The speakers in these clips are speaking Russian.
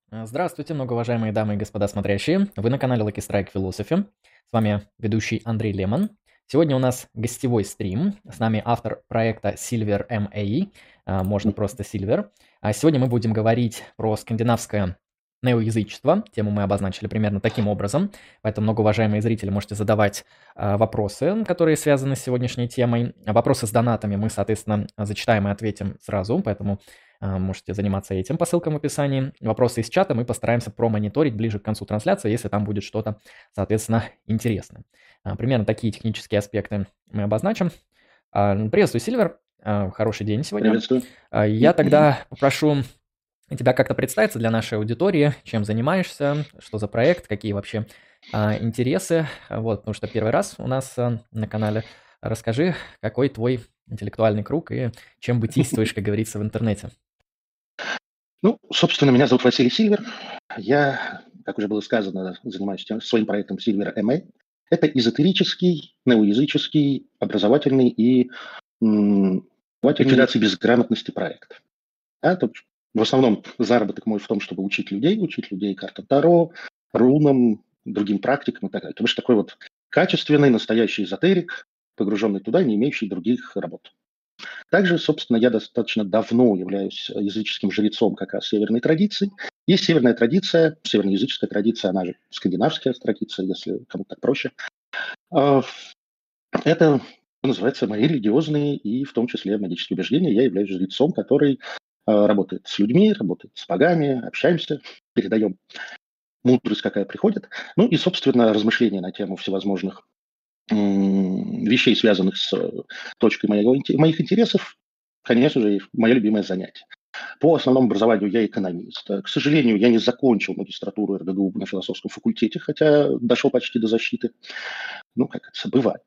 Здравствуйте, многоуважаемые дамы и господа смотрящие. Вы на канале Lucky Strike Philosophy. С вами ведущий Андрей Лемон. Сегодня у нас гостевой стрим. С нами автор проекта Silver MA, можно просто Silver. Сегодня мы будем говорить про скандинавское неоязычество. Тему мы обозначили примерно таким образом. Поэтому, многоуважаемые зрители, можете задавать вопросы, которые связаны с сегодняшней темой. Вопросы с донатами мы, соответственно, зачитаем и ответим сразу, поэтому можете заниматься этим по ссылкам в описании. Вопросы из чата мы постараемся промониторить ближе к концу трансляции, если там будет что-то, соответственно, интересное. Примерно такие технические аспекты мы обозначим. Приветствую, Сильвер. Хороший день сегодня. Приветствую. Я тогда попрошу тебя как-то представиться для нашей аудитории, чем занимаешься, что за проект, какие вообще интересы. Вот, потому что первый раз у нас на канале. Расскажи, какой твой интеллектуальный круг и чем бытийствуешь, как говорится, в интернете. Ну, собственно, меня зовут Василий Сильвер. Я, как уже было сказано, занимаюсь своим проектом Silver MA. Это эзотерический, неоязыческий, образовательный и ликвидации безграмотности проект. Это в основном заработок мой в том, чтобы учить людей картам Таро, рунам, другим практикам и так далее. То есть такой вот качественный, настоящий эзотерик, погруженный туда, не имеющий других работ. Также, собственно, я достаточно давно являюсь языческим жрецом как раз северной традиции. Есть северная традиция, северноязыческая традиция, она же скандинавская традиция, если кому-то так проще. Это называется мои религиозные и в том числе магические убеждения. Я являюсь жрецом, который работает с людьми, работает с богами, общаемся, передаем мудрость, какая приходит. Ну и, собственно, размышления на тему всевозможных вещей, связанных с точкой моих интересов, конечно же, мое любимое занятие. По основному образованию я экономист. К сожалению, я не закончил магистратуру РГГУ на философском факультете, хотя дошел почти до защиты. Ну, как это бывает.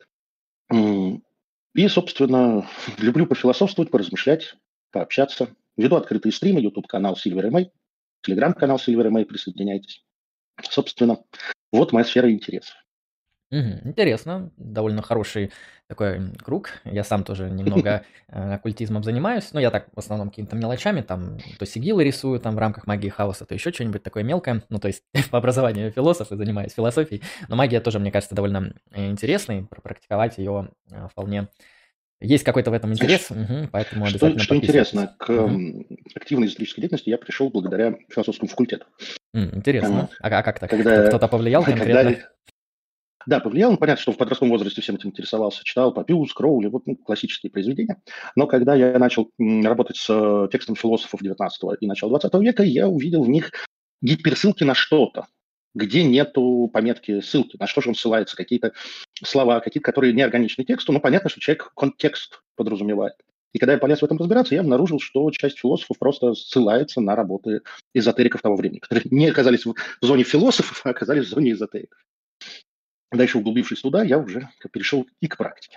И, собственно, люблю пофилософствовать, поразмышлять, пообщаться. Веду открытые стримы, YouTube-канал Silver MA, Telegram-канал Silver MA, присоединяйтесь. Собственно, вот моя сфера интересов. Интересно, довольно хороший такой круг. Я сам тоже немного оккультизмом занимаюсь, но я так в основном какими-то мелочами, там, то сигилы рисую там в рамках магии хаоса, то еще что-нибудь такое мелкое. Ну, то есть по образованию философ и занимаюсь философией, но магия тоже, мне кажется, довольно интересной, практиковать ее вполне. Есть какой-то в этом интерес, поэтому обязательно Что подписывайтесь. интересно, к активной эзотерической деятельности я пришел благодаря философскому факультету. Интересно. Вот. А как так? Когда, Кто-то повлиял когда, конкретно? да, повлиял, ну, понятно, что в подростковом возрасте всем этим интересовался, читал Папиус, Кроули, вот классические произведения. Но когда я начал работать с текстом философов 19 и начала 20 века, я увидел в них гиперссылки на что-то, где нету пометки ссылки, на что же он ссылается, какие-то слова, какие-то, которые не органичны тексту, но понятно, что человек контекст подразумевает. И когда я полез в этом разбираться, я обнаружил, что часть философов просто ссылается на работы эзотериков того времени, которые не оказались в зоне философов, а оказались в зоне эзотериков. Дальше, углубившись туда, я уже перешел и к практике.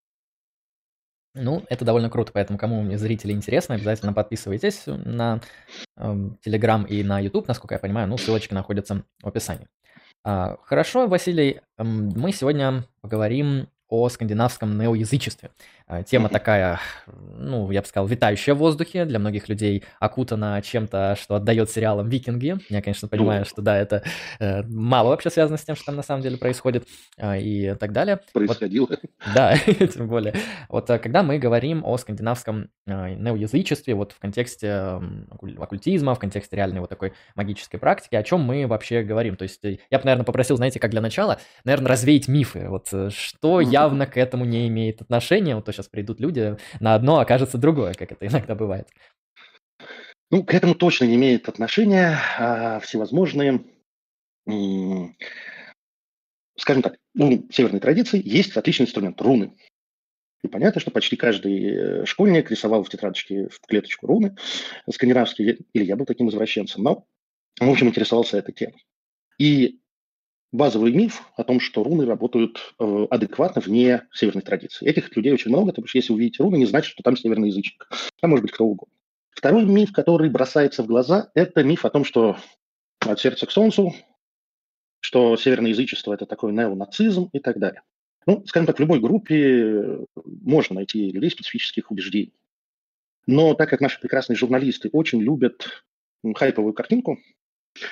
Ну, это довольно круто, поэтому кому зрители интересно, обязательно подписывайтесь на Telegram и на YouTube, насколько я понимаю, ну, ссылочки находятся в описании. Хорошо, Василий, мы сегодня поговорим о скандинавском неоязычестве. Тема такая, ну, я бы сказал, витающая в воздухе, для многих людей окутана чем-то, что отдает сериалам «Викинги». Я, конечно, понимаю, что да, это мало вообще связано с тем, что там на самом деле происходит и так далее. Происходило. Вот, да, тем более. Вот когда мы говорим о скандинавском неоязычестве, вот в контексте оккультизма, в контексте реальной вот такой магической практики, о чем мы вообще говорим? То есть я бы, наверное, попросил, знаете, как для начала, наверное, развеять мифы. Вот что явно к этому не имеет отношения, вот то сейчас придут люди, на одно окажется другое, как это иногда бывает. Ну, к этому точно не имеет отношения всевозможные, скажем так, у северной традиции есть отличный инструмент – руны. И понятно, что почти каждый школьник рисовал в тетрадочке в клеточку руны скандинавские, или я был таким извращенцем, но, в общем, интересовался этой темой. И базовый миф о том, что руны работают адекватно вне северной традиции. Этих людей очень много, потому что если увидите руны, не значит, что там северный язычник. Там может быть кто угодно. Второй миф, который бросается в глаза, это миф о том, что от сердца к солнцу, что северное язычество – это такой неонацизм и так далее. Ну, скажем так, в любой группе можно найти людей специфических убеждений. Но так как наши прекрасные журналисты очень любят хайповую картинку,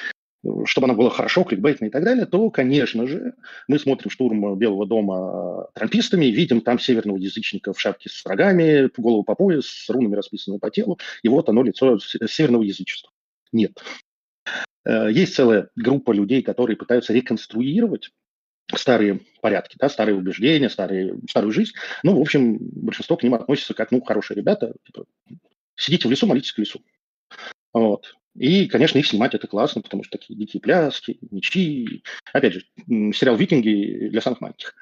чтобы оно было хорошо, кликбейтно и так далее, то, конечно же, мы смотрим «Штурм Белого дома» трампистами, видим там северного язычника в шапке с рогами, голову по пояс, с рунами, расписанными по телу, и вот оно лицо северного язычества. Нет. Есть целая группа людей, которые пытаются реконструировать старые порядки, да, старые убеждения, старую жизнь. Ну, в общем, большинство к ним относится как, хорошие ребята, типа, сидите в лесу, молитесь к лесу. Вот. И, конечно, их снимать это классно, потому что такие дикие пляски, мечи. Опять же, сериал «Викинги» для самых маленьких.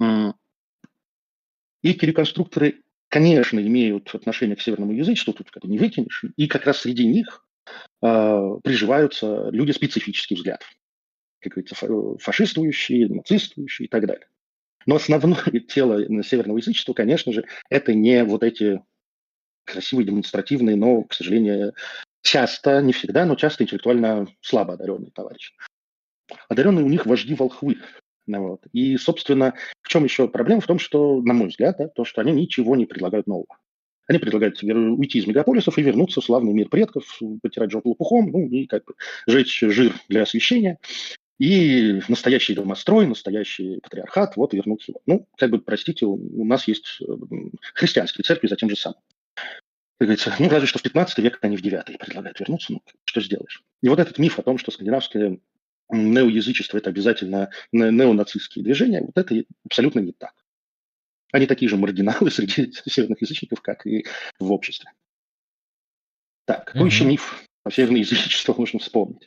И эти реконструкторы, конечно, имеют отношение к северному язычеству, тут как бы не выкинешь. И как раз среди них приживаются люди специфических взглядов. Как говорится, фашистующие, нацистующие и так далее. Но основное тело северного язычества, конечно же, это не вот эти красивые, демонстративные, но, к сожалению, часто, не всегда, но часто интеллектуально слабо одаренные товарищи. Одаренные у них вожди-волхвы. Вот. И, собственно, в чем еще проблема? В том, что, на мой взгляд, да, то, что они ничего не предлагают нового. Они предлагают уйти из мегаполисов и вернуться в славный мир предков, потирать жопу лопухом, и как бы жечь жир для освещения. И настоящий домострой, настоящий патриархат, вот вернуть его. Как бы, простите, у нас есть христианские церкви за тем же самым. Как говорится, разве что в 15 век, а не в 9 предлагают вернуться, что сделаешь. И вот этот миф о том, что скандинавское неоязычество – это обязательно неонацистские движения, вот это абсолютно не так. Они такие же маргиналы среди северных язычников, как и в обществе. Так, какой еще миф о северном язычестве можно вспомнить?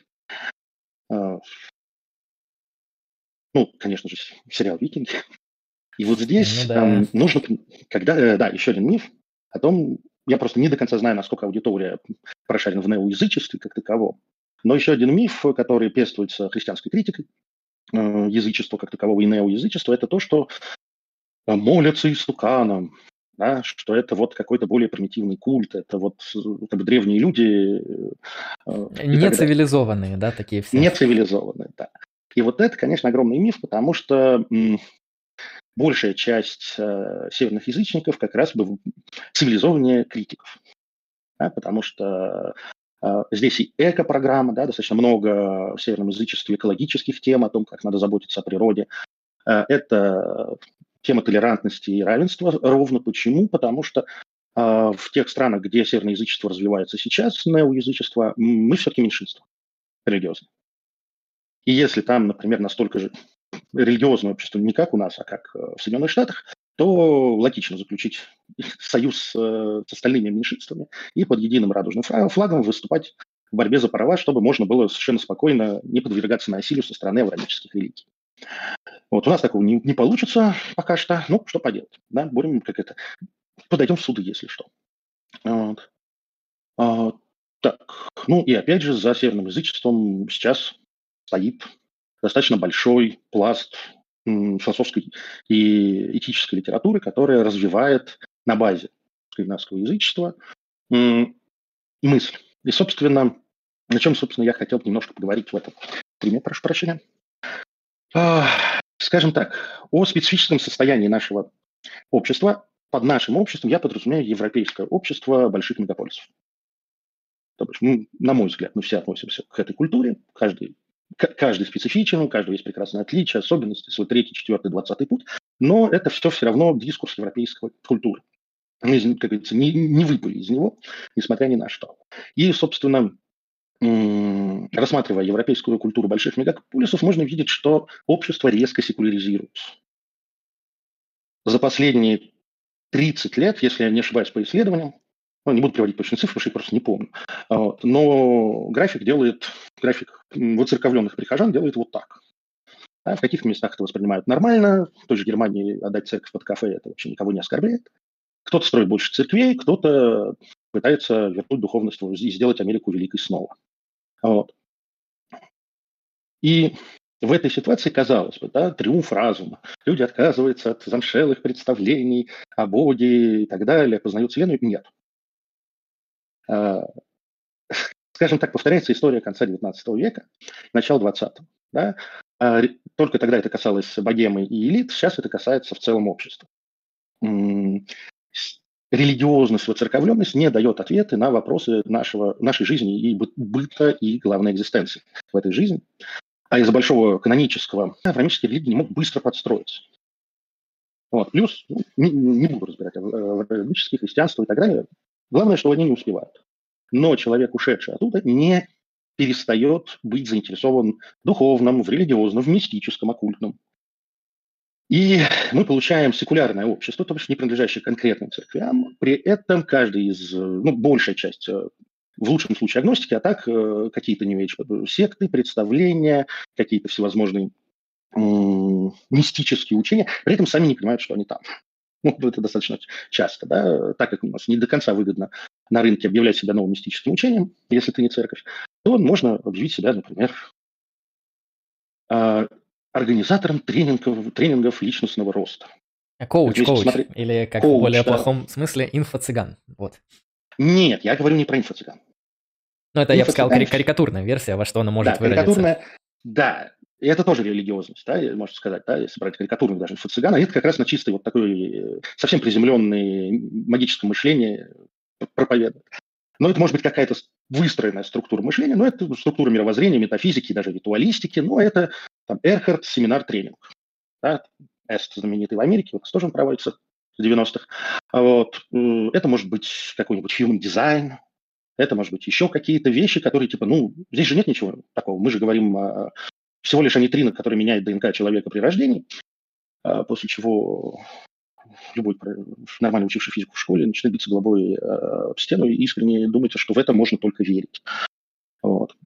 Конечно же, сериал «Викинги». И вот здесь нужно, еще один миф о том, я просто не до конца знаю, насколько аудитория прошарена в неоязычестве как таковом, но еще один миф, который пестуется христианской критикой язычества как такового и неоязычества, это то, что молятся истуканам, да, что это вот какой-то более примитивный культ, это вот как бы древние люди. Нецивилизованные, да, такие все. Нецивилизованные, да. И вот это, конечно, огромный миф, потому что большая часть северных язычников как раз бы цивилизованнее критиков. Да, потому что здесь и эко-программа, да, достаточно много в северном язычестве экологических тем о том, как надо заботиться о природе. Это тема толерантности и равенства ровно. Почему? Потому что в тех странах, где северное язычество развивается сейчас, неоязычество, мы все-таки меньшинство религиозное. И если там, например, настолько же религиозное общество не как у нас, а как в Соединенных Штатах, то логично заключить союз с остальными меньшинствами и под единым радужным флагом выступать в борьбе за права, чтобы можно было совершенно спокойно не подвергаться насилию со стороны авраамических религий. Вот у нас такого не получится пока что. Что поделать. Да, будем подойдем в суды, если что. Вот. Так, и опять же, за северным язычеством сейчас стоит достаточно большой пласт философской и этической литературы, которая развивает на базе скандинавского язычества мысль. И, собственно, о чем, я хотел немножко поговорить в этом стриме, прошу прощения. Скажем так, о специфическом состоянии нашего общества. Под нашим обществом я подразумеваю европейское общество больших мегаполисов. То есть, на мой взгляд, мы все относимся к этой культуре, каждый специфичен, у каждого есть прекрасные отличия, особенности, свой 3, 4, 20 путь, но это все равно дискурс европейской культуры. Мы, как говорится, не выпали из него, несмотря ни на что. И, собственно, рассматривая европейскую культуру больших мегаполисов, можно видеть, что общество резко секуляризируется. За последние 30 лет, если я не ошибаюсь по исследованиям, не буду приводить точные цифры, потому что я просто не помню, но график выцерковленных прихожан делает вот так. В каких-то местах это воспринимают нормально, в той же Германии отдать церковь под кафе это вообще никого не оскорбляет. Кто-то строит больше церквей, кто-то пытается вернуть духовность и сделать Америку великой снова. Вот. И в этой ситуации, казалось бы, триумф разума. Люди отказываются от замшелых представлений о Боге и так далее, познают Вселенную. Нет. Скажем так, повторяется история конца XIX века, начала XX. Да? Только тогда это касалось богемы и элит, сейчас это касается в целом общества. религиозность, воцерковленность не дает ответы на вопросы нашей жизни и быта, и, главной экзистенции в этой жизни. А из-за большого канонического авраамические религии не могут быстро подстроиться. Вот. Плюс, не буду разбирать авраамические, христианство и так далее. Главное, что они не успевают. Но человек, ушедший оттуда, не перестает быть заинтересован в духовном, в религиозном, в мистическом, оккультном. И мы получаем секулярное общество, то есть не принадлежащее конкретным церквям. При этом каждый большая часть, в лучшем случае агностики, а так какие-то New Age секты, представления, какие-то всевозможные мистические учения, при этом сами не понимают, что они там. Это достаточно часто, да, так как у нас не до конца выгодно на рынке объявлять себя новым мистическим учением, если ты не церковь, то можно объявить себя, например, организатором тренингов личностного роста. Коуч, или как в более плохом смысле инфо-цыган. Вот. Нет, я говорю не про инфо-цыган. Ну, это, я бы сказал, карикатурная версия, во что она может выразиться. Да, и это тоже религиозность, да, можно сказать, да, если брать карикатурных даже инфо-цыган, это как раз на чистой вот такой совсем приземленной магическом мышлении проповедует. Но это может быть какая-то выстроенная структура мышления, но это структура мировоззрения, метафизики, даже ритуалистики, но это там Эрхард, семинар-тренинг. Да, ЭСТ знаменитый в Америке, вот тоже он проводится в 90-х. Вот. Это может быть какой-нибудь human design, это может быть еще какие-то вещи, которые типа, здесь же нет ничего такого. Мы же говорим всего лишь о нейтрино, который меняет ДНК человека при рождении, после чего любой нормально учивший физику в школе начинает биться головой об стену и искренне думать, что в это можно только верить. Вот.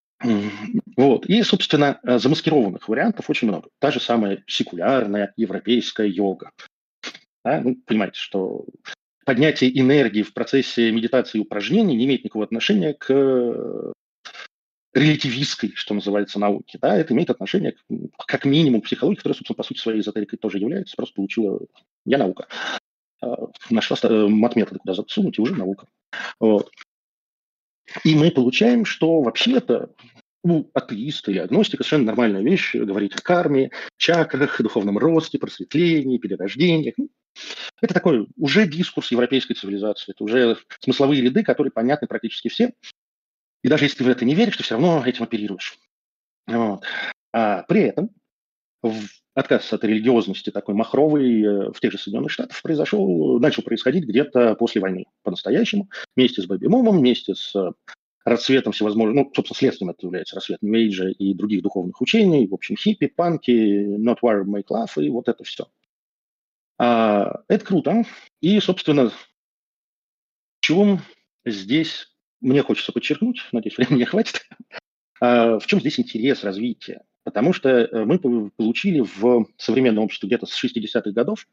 И, собственно, замаскированных вариантов очень много. Та же самая секулярная европейская йога. Да? Понимаете, что поднятие энергии в процессе медитации и упражнений не имеет никакого отношения к релятивистской, что называется, науке. Да? Это имеет отношение как минимум к психологии, которая, собственно, по сути своей эзотерикой тоже является. Просто получила я наука. Нашла мат-методы, куда засунуть, и уже наука. Вот. И мы получаем, что вообще-то атеист или агностик совершенно нормальная вещь говорить о карме, чакрах, духовном росте, просветлении, перерождениях. Это такой уже дискурс европейской цивилизации. Это уже смысловые ряды, которые понятны практически всем. И даже если ты в это не веришь, ты все равно этим оперируешь. Вот. А при этом отказ от религиозности такой махровый в тех же Соединенных Штатах начал происходить где-то после войны по-настоящему, вместе с бэби-бумом, вместе с расцветом всевозможных, собственно, следствием это является рассвет Нью-Эйджа и других духовных учений, в общем, хиппи, панки, not war, make love, и вот это все. Это круто. И, собственно, в чем здесь, мне хочется подчеркнуть, надеюсь, времени хватит, в чем здесь интерес развития? Потому что мы получили в современном обществе где-то с 60-х годов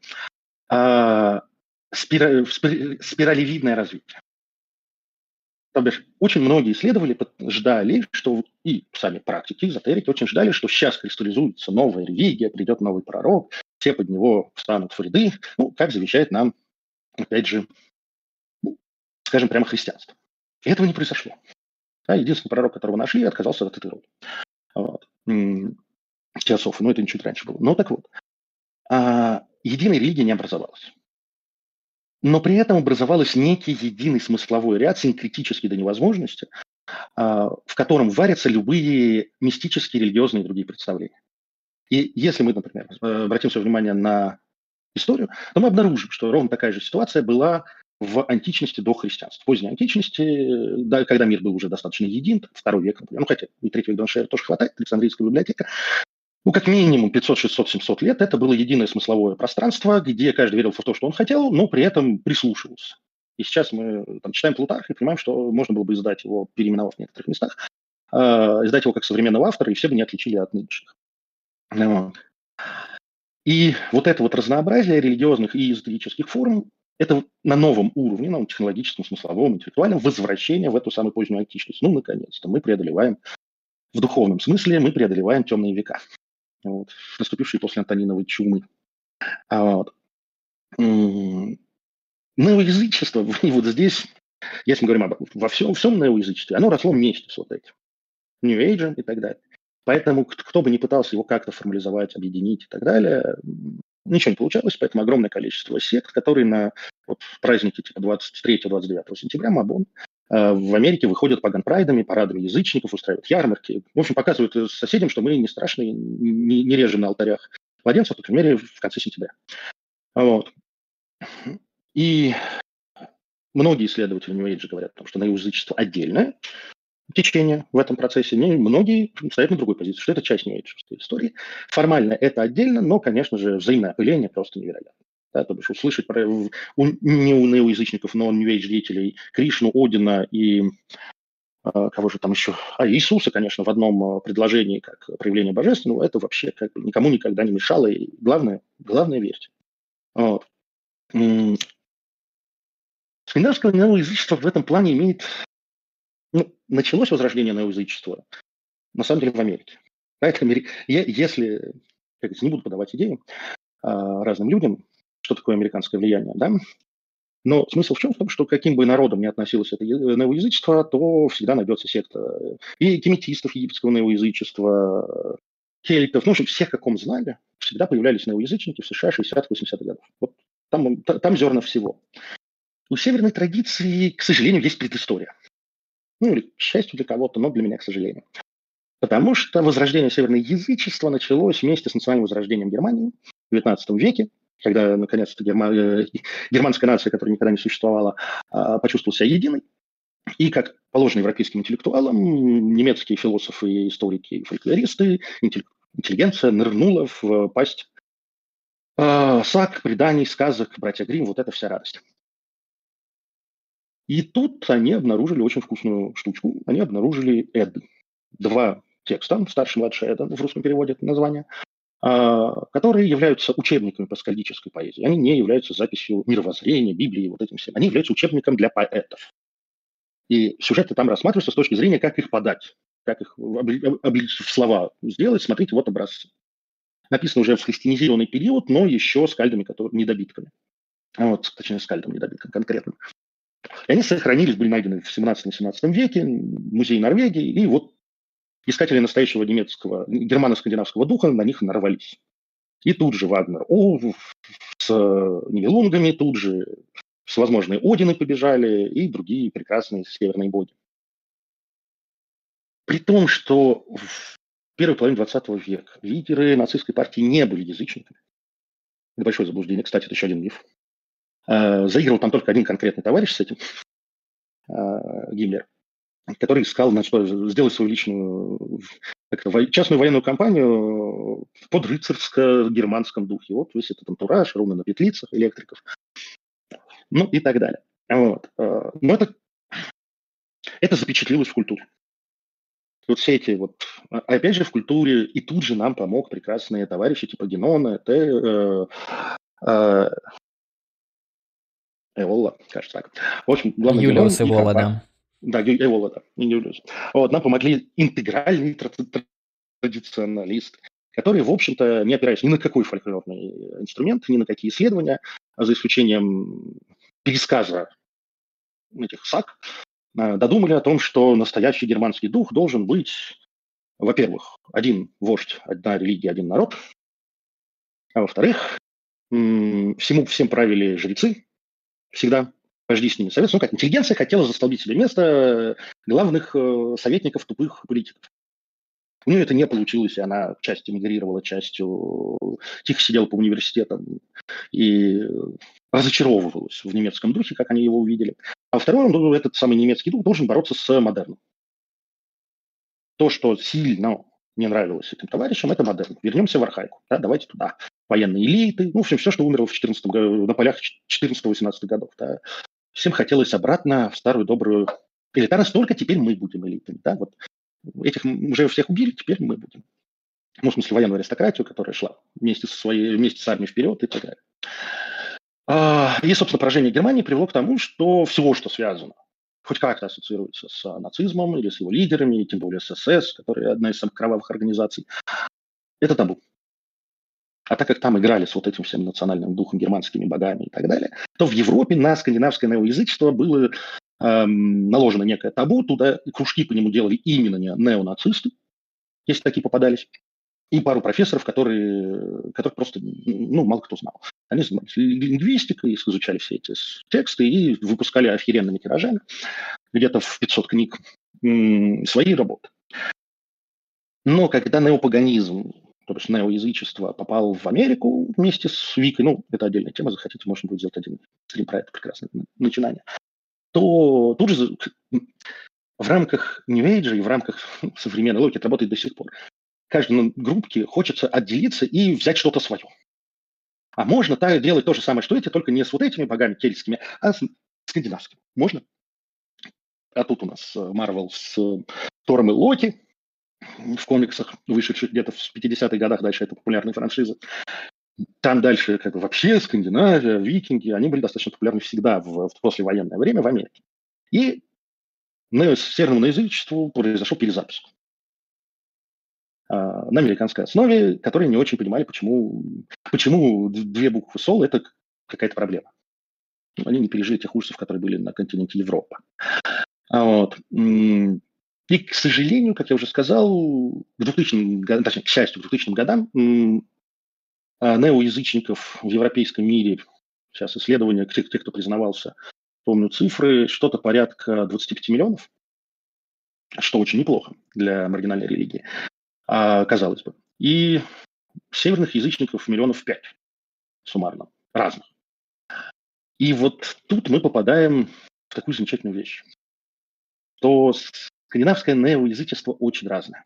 спиралевидное развитие. То бишь, очень многие исследователи ждали, что и сами практики, эзотерики очень ждали, что сейчас кристаллизуется новая религия, придет новый пророк, все под него встанут в ряды, как завещает нам, опять же, скажем прямо, христианство. И этого не произошло. Единственный пророк, которого нашли, отказался от этой роли. Вот. Теософы, это чуть раньше было. Но так вот, единой религии не образовалась. Но при этом образовался некий единый смысловой ряд, синкретический до невозможности, в котором варятся любые мистические, религиозные и другие представления. И если мы, например, обратим свое внимание на историю, то мы обнаружим, что ровно такая же ситуация была в античности до христианства. В поздней античности, да, когда мир был уже достаточно един, 2 век, например, хотя и 3 век до нашей эры тоже хватает, Александрийская библиотека, как минимум 500, 600, 700 лет это было единое смысловое пространство, где каждый верил в то, что он хотел, но при этом прислушивался. И сейчас мы читаем Плутарха и понимаем, что можно было бы издать его, переименовав в некоторых местах, издать его как современного автора, и все бы не отличили от нынешних. И вот это разнообразие религиозных и эзотерических форм, это на новом уровне, на технологическом, смысловом, интеллектуальном, возвращение в эту самую позднюю античность. Наконец-то мы преодолеваем, в духовном смысле, мы преодолеваем темные века. Наступившие после Антониновой чумы. Неоязычество, и здесь, если мы говорим во всем неоязычестве, оно росло вместе с этим. New Age и так далее. Поэтому кто бы ни пытался его как-то формализовать, объединить и так далее, Ничего не получалось, поэтому огромное количество сект, которые на вот, праздники типа 23-29 сентября, Мабон, в Америке выходят паган-прайдами, парадами язычников, устраивают ярмарки. В общем, показывают соседям, что мы не страшные, не режем на алтарях младенцев, по крайней мере, в конце сентября. Вот. И многие исследователи New Age говорят о том, что неоязычество отдельное течение в этом процессе. Многие стоят на другой позиции, что это часть New Age истории. Формально это отдельно, но, конечно же, взаимное опыление просто невероятно. Да, то бишь услышать не у неоязычников, но у New Age деятелей Кришну, Одина и кого же там еще? Иисуса, конечно, в одном предложении как проявление божественного, это вообще как бы никому никогда не мешало. И главное верьте. Вот. Скандинавское неоязычество в этом плане имеет... началось возрождение неоязычества, на самом деле, в Америке. Поэтому, если, не буду подавать идею разным людям, что такое американское влияние, да, но смысл в чем? В том, что каким бы народом ни относилось это неоязычество, то всегда найдется секта и кеметистов египетского неоязычества, кельтов, в общем, всех, каком знали, всегда появлялись неоязычники в США 60-80-х годов. Вот там зерна всего. У северной традиции, к сожалению, есть предыстория. Или к счастью для кого-то, но для меня, к сожалению. Потому что возрождение северного язычества началось вместе с национальным возрождением Германии в XIX веке, когда, наконец-то, германская нация, которая никогда не существовала, почувствовала себя единой. И, как положено европейским интеллектуалам, немецкие философы, историки и фольклористы, интеллигенция нырнула в пасть саг, преданий, сказок, братья Гримм, вот эта вся радость. И тут они обнаружили очень вкусную штучку. Они обнаружили Эд. 2 текста, старший и младший Эда, в русском переводе это название, которые являются учебниками по скальдической поэзии. Они не являются записью мировоззрения, Библии, вот этим всем. Они являются учебником для поэтов. И сюжеты там рассматриваются с точки зрения, как их подать, как их облечь в слова сделать. Смотрите, вот образцы. Написано уже в христианизированный период, но еще скальдами, недобитками. Точнее, скальдом недобитком конкретно. И они сохранились, были найдены в 17-18 веке, в музее Норвегии, и вот искатели настоящего немецкого, германо-скандинавского духа на них нарвались. И тут же Вагнер с Нибелунгами, тут же всевозможные Одины побежали и другие прекрасные северные боги. При том, что в первой половине 20 века лидеры нацистской партии не были язычниками. Это большое заблуждение. Кстати, это еще один миф. Заигрывал там только один конкретный товарищ с этим, Гиммлер, который искал сделать свою личную частную военную кампанию под рыцарско-германском духе. Вот весь этот антураж, ровно на петлицах, электриков, и так далее. Вот. Но это запечатлилось в культуре. Вот все эти опять же, в культуре, и тут же нам помог прекрасные товарищи типа Генона, Эволла, кажется так. В общем, главный Юлиус Эволла, да. Да, Эволла, да, не Юлиус. Нам помогли интегральные традиционалисты, которые, в общем-то, не опираясь ни на какой фольклорный инструмент, ни на какие исследования, за исключением пересказа этих саг, додумали о том, что настоящий германский дух должен быть, во-первых, один вождь, одна религия, один народ, а во-вторых, всем правили жрецы, всегда вожди с ними советовались. Интеллигенция хотела застолбить себе место главных советников тупых политиков. У нее это не получилось, и она частью мигрировала, частью тихо сидела по университетам и разочаровывалась в немецком духе, как они его увидели. А второй, этот самый немецкий дух должен бороться с модерном. То, что сильно не нравилось этим товарищам, это модерн. Вернемся в архаику. Да, давайте туда. Военные элиты, в общем, все, что умерло на полях 14-18 годов. Да. Всем хотелось обратно в старую добрую элитарность, только теперь мы будем элитами. Да, этих уже всех убили, теперь мы будем. В смысле, военную аристократию, которая шла вместе с армией вперед и так далее. И, собственно, поражение Германии привело к тому, что все, что связано, хоть как-то ассоциируется с нацизмом или с его лидерами, тем более с СС, которая одна из самых кровавых организаций, это табу. А так как там играли с этим всем национальным духом, германскими богами и так далее, то в Европе на скандинавское неоязычество было наложено некое табу, туда кружки по нему делали именно неонацисты, если такие попадались. и пару профессоров, которых просто мало кто знал. Они занимались лингвистикой, изучали все эти тексты и выпускали охеренными тиражами, где-то в 500 книг, свои работы. Но когда неопаганизм, то есть неоязычество, попал в Америку вместе с Викой, это отдельная тема, захотите, можно будет сделать один стрим про это прекрасное начинание, то тут же в рамках New Age и в рамках современной логики это работает до сих пор. Каждой группке хочется отделиться и взять что-то свое. А можно делать то же самое, что эти, только не с вот этими богами кельтскими, а с скандинавскими. Можно? А тут у нас Марвел с Тором и Локи в комиксах, вышедших где-то в 50-х годах, дальше это популярные франшизы. Там дальше вообще Скандинавия, викинги, они были достаточно популярны всегда в послевоенное время в Америке. И северному язычеству произошел перезапуск на американской основе, которые не очень понимали, почему две буквы СОЛ – это какая-то проблема. Они не пережили тех ужасов, которые были на континенте Европа. И, к сожалению, как я уже сказал, к 2000-м годам, точнее, к счастью, к 2000-м годам неоязычников в европейском мире, сейчас исследования тех, кто признавался, помню цифры, что-то порядка 25 миллионов, что очень неплохо для маргинальной религии, казалось бы. И северных язычников 5 миллионов суммарно, разных. И вот тут мы попадаем в такую замечательную вещь, что скандинавское неоязычество очень разное.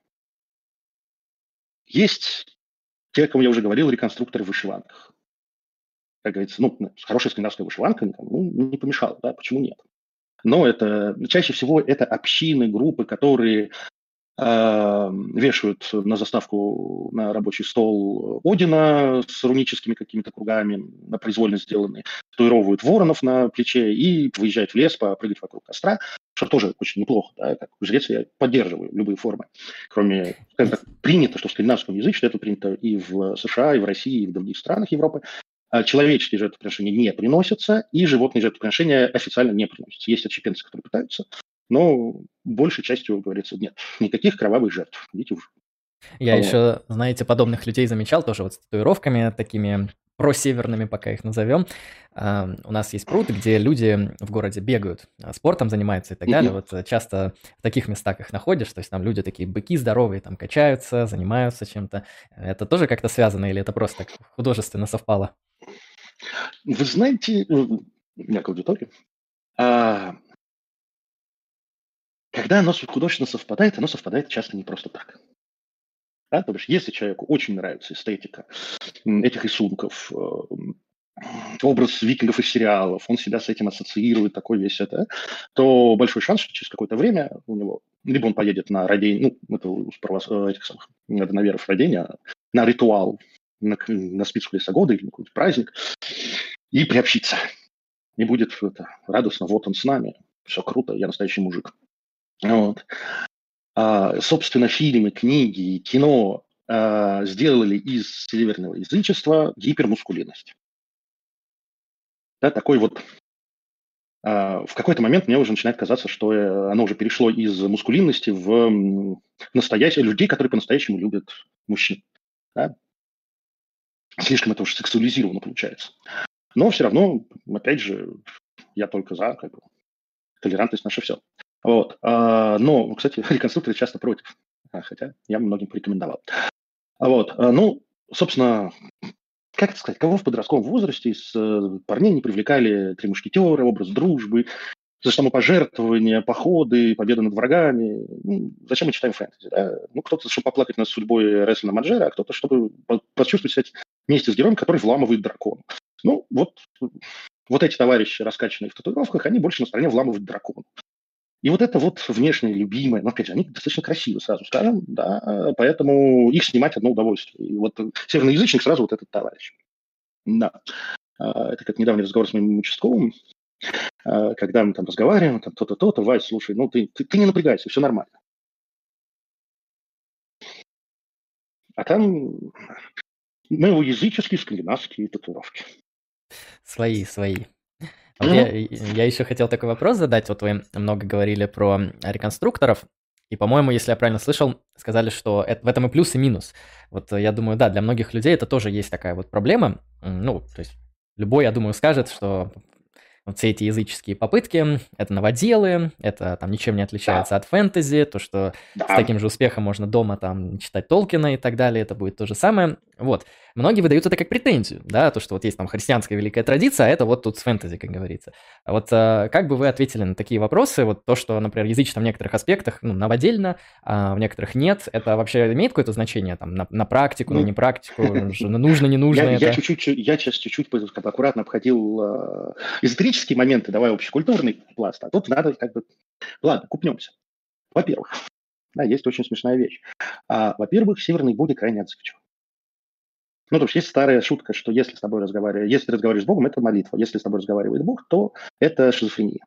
Есть те, о ком я уже говорил, реконструкторы в вышиванках. Как говорится, хорошая скандинавская вышиванка не помешала, да, почему нет? Но чаще всего это общины, группы, которые вешают на заставку на рабочий стол Одина с руническими какими-то кругами, произвольно сделанные, татуировывают воронов на плече и выезжают в лес, попрыгать вокруг костра, что тоже очень неплохо. Да? Как жрец я поддерживаю любые формы. Кроме, скажем так, принято, что в скандинавском языке, это принято и в США, и в России, и в других странах Европы, человеческие жертвоприношения не приносятся, и животные жертвоприношения официально не приносятся. Есть отщепенцы, которые пытаются, но большей частью, говорится, нет, никаких кровавых жертв. Идите уж. Я еще, знаете, подобных людей замечал тоже вот с татуировками такими просеверными, пока их назовем. У нас есть пруд, где люди в городе бегают, спортом занимаются и так далее. Вот часто в таких местах их находишь, то есть там люди такие быки здоровые, там качаются, занимаются чем-то. Это тоже как-то связано или это просто так художественно совпало? Вы знаете, у меня к аудитории, когда оно художественно совпадает, оно совпадает часто не просто так. Да? Потому что если человеку очень нравится эстетика этих рисунков, образ викингов из сериалов, он себя с этим ассоциирует, такой весь это, то большой шанс, что через какое-то время у него, либо он поедет на родение, это этих самых, на веров родения, на ритуал, на спицу лесогода или на какой-то праздник, и приобщится. И будет радостно, вот он с нами, все круто, я настоящий мужик. Вот. Собственно, фильмы, книги, кино сделали из северного язычества гипермускулинность. Да, такой вот в какой-то момент мне уже начинает казаться, что оно уже перешло из мускулинности в людей, которые по-настоящему любят мужчин. Да? Слишком это уж сексуализировано получается. Но все равно, опять же, я только за толерантность наше все. Вот. Но, кстати, реконструкторы часто против, хотя я многим порекомендовал. Вот. Собственно, как это сказать, кого в подростковом возрасте из парней не привлекали три мушкетера, образ дружбы, самопожертвования, походы, победы над врагами. Зачем мы читаем фэнтези? Да? Кто-то, чтобы поплакать над судьбой Рестлина Маджера, а кто-то, чтобы почувствовать себя вместе с героем, который вламывает дракона. Вот эти товарищи, раскачанные в татуировках, они больше на стороне вламывают дракона. И вот это вот внешне любимое, но опять же, они достаточно красивы, сразу скажем, да, поэтому их снимать одно удовольствие. И вот северный язычник сразу вот этот товарищ. Да. Это как недавний разговор с моим участковым, когда мы там разговариваем, там то-то, то-то, Вась, слушай, ты не напрягайся, все нормально. А там неоязыческие скандинавские татуировки. Свои. Вот я еще хотел такой вопрос задать. Вот вы много говорили про реконструкторов. И, по-моему, если я правильно слышал, сказали, что в этом и плюс, и минус. Вот я думаю, да, для многих людей это тоже есть такая вот проблема. Ну, то есть любой, я думаю, скажет, что вот все эти языческие попытки, это новоделы, это там ничем не отличается Да, от фэнтези, то, что с да. таким же успехом можно дома там читать Толкина и так далее, это будет то же самое. Вот. Многие выдают это как претензию, да, то, что вот есть там христианская великая традиция, а это вот тут с фэнтези, как говорится. А вот как бы вы ответили на такие вопросы? Вот то, что, например, язычество в некоторых аспектах, ну, новодельно, а в некоторых нет, это вообще имеет какое-то значение там на практику, на Ну, непрактику, нужно, не нужно я это? сейчас чуть-чуть как бы аккуратно обходил эзотерические моменты, давай общекультурный пласт, а тут надо как бы... Ладно, купнемся. Во-первых, да, есть очень смешная вещь. Во-первых, северные боги крайне отзывчивы. Ну, то есть есть старая шутка, что если с тобой разговариваешь, если ты разговариваешь с Богом, это молитва. Если с тобой разговаривает Бог, то это шизофрения.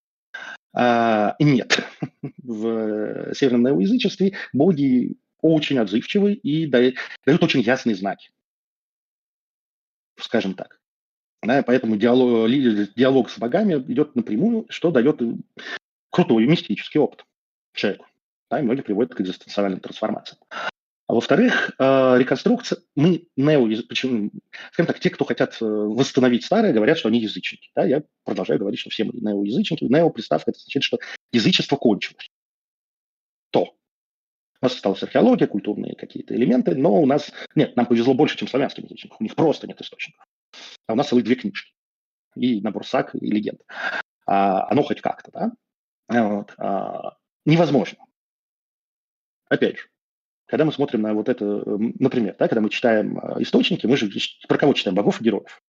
Нет. В северном неоязычестве боги очень отзывчивы и дают очень ясные знаки, скажем так. Да, поэтому диалог с богами идет напрямую, что дает крутой мистический опыт человеку. Да, и многие приводят к экзистенциальным трансформациям. А во-вторых, реконструкция, почему, скажем так, те, кто хотят восстановить старое, говорят, что они язычники. Да, я продолжаю говорить, что все мы неоязычники. Нео-приставка, это значит, что язычество кончилось. То. У нас осталась археология, культурные какие-то элементы, но у нас... Нет, нам повезло больше, чем славянским язычникам. У них просто нет источников. А у нас целых 2 книжки. И набор саг, и легенд. Оно хоть как-то, да? Вот. Невозможно. Опять же, когда мы смотрим на вот это, например, да, когда мы читаем источники, мы же про кого читаем? Богов и героев.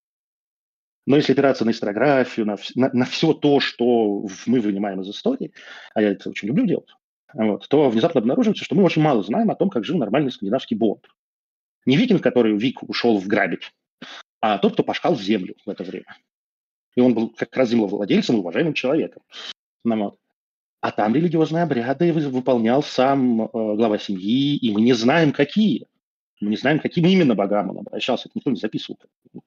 Но если опираться на историографию, на все то, что мы вынимаем из истории, а я это очень люблю делать, вот, то внезапно обнаруживается, что мы очень мало знаем о том, как жил нормальный скандинавский бонд. Не викинг, который Вик ушел вграбить, а тот, кто пашкал землю в это время. И он был как раз землевладельцем и уважаемым человеком. Ну, вот. А там религиозные обряды выполнял сам глава семьи, и мы не знаем, какие. Мы не знаем, каким именно богам он обращался. Это никто не записывал.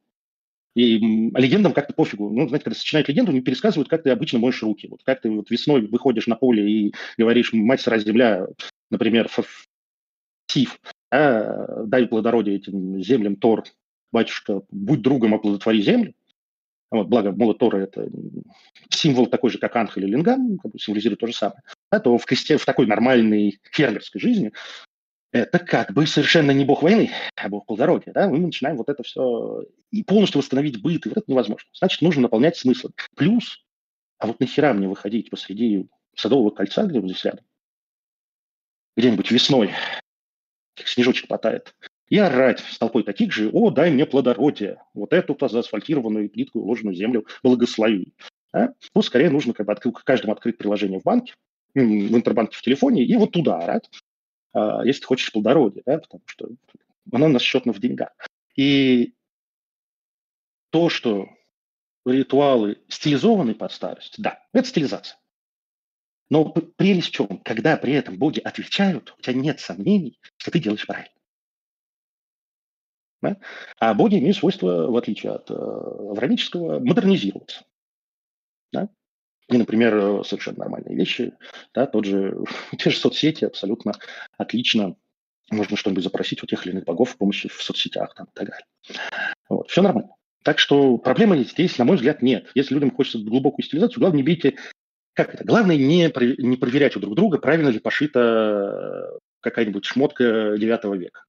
И легендам как-то пофигу. Ну, знаете, когда сочиняют легенду, они пересказывают, как ты обычно моешь руки. Вот как ты вот весной выходишь на поле и говоришь: «Мать сыра земля», например, Сив, дай плодородие этим землям, Тор, батюшка, будь другом, оплодотвори землю. Вот, благо, молот Тора – это символ такой же, как Анхель или Лингам, как бы символизирует то же самое. То в такой нормальной фермерской жизни это как бы совершенно не бог войны, а бог плодородия. Да? Мы начинаем вот это все и полностью восстановить быт, и вот это невозможно. Значит, нужно наполнять смыслом. Плюс, а вот нахера мне выходить посреди Садового кольца, где вот здесь рядом, где-нибудь весной, как снежочек потает, и орать с толпой таких же: «О, дай мне плодородие, вот эту заасфальтированную плитку, уложенную землю благослови». Ну, скорее нужно как бы каждому открыть приложение в банке, в интербанке в телефоне, и вот туда орать, если ты хочешь плодородие, да, потому что оно насчетно в деньгах. И то, что ритуалы стилизованы под старость, да, это стилизация. Но прелесть в чем? Когда при этом боги отвечают, у тебя нет сомнений, что ты делаешь правильно. Да? А боги имеют свойство, в отличие от авраамического, модернизироваться. Да? И, например, совершенно нормальные вещи, да, те же соцсети абсолютно отлично. Можно что-нибудь запросить у тех или иных богов в помощи в соцсетях там, и так далее. Вот, все нормально. Так что проблемы здесь, на мой взгляд, нет. Если людям хочется глубокую стилизацию, главное, не бейте... Как это? Главное, не проверять у друг друга, правильно ли пошита какая-нибудь шмотка 9 века.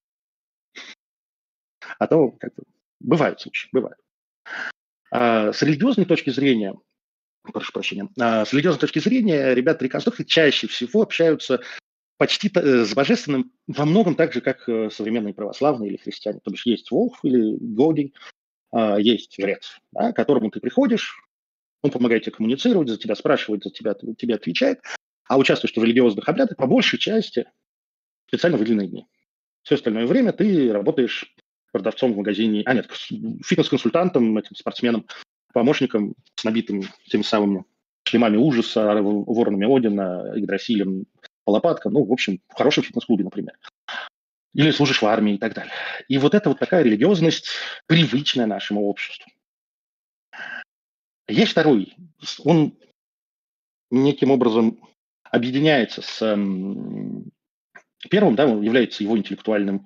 А то как бы, бывают случаи, бывают. С религиозной точки зрения, прошу прощения, с религиозной точки зрения ребята-реконструкторы чаще всего общаются почти с божественным во многом так же, как современные православные или христиане. То бишь есть Волхв или Гоги, есть жрец, да, к которому ты приходишь, он помогает тебе коммуницировать, за тебя спрашивает, за тебя, тебе отвечает, а участвуешь ты в религиозных обрядах по большей части специально выделенные дни. Все остальное время ты работаешь продавцом в магазине, фитнес-консультантом, этим спортсменом, помощником с набитыми теми самыми шлемами ужаса, воронами Одина, Игдрасилем, по лопаткам, ну, в общем, в хорошем фитнес-клубе, например. Или служишь в армии и так далее. И вот это вот такая религиозность, привычная нашему обществу. Есть второй. Он неким образом объединяется с первым, да, он является его интеллектуальной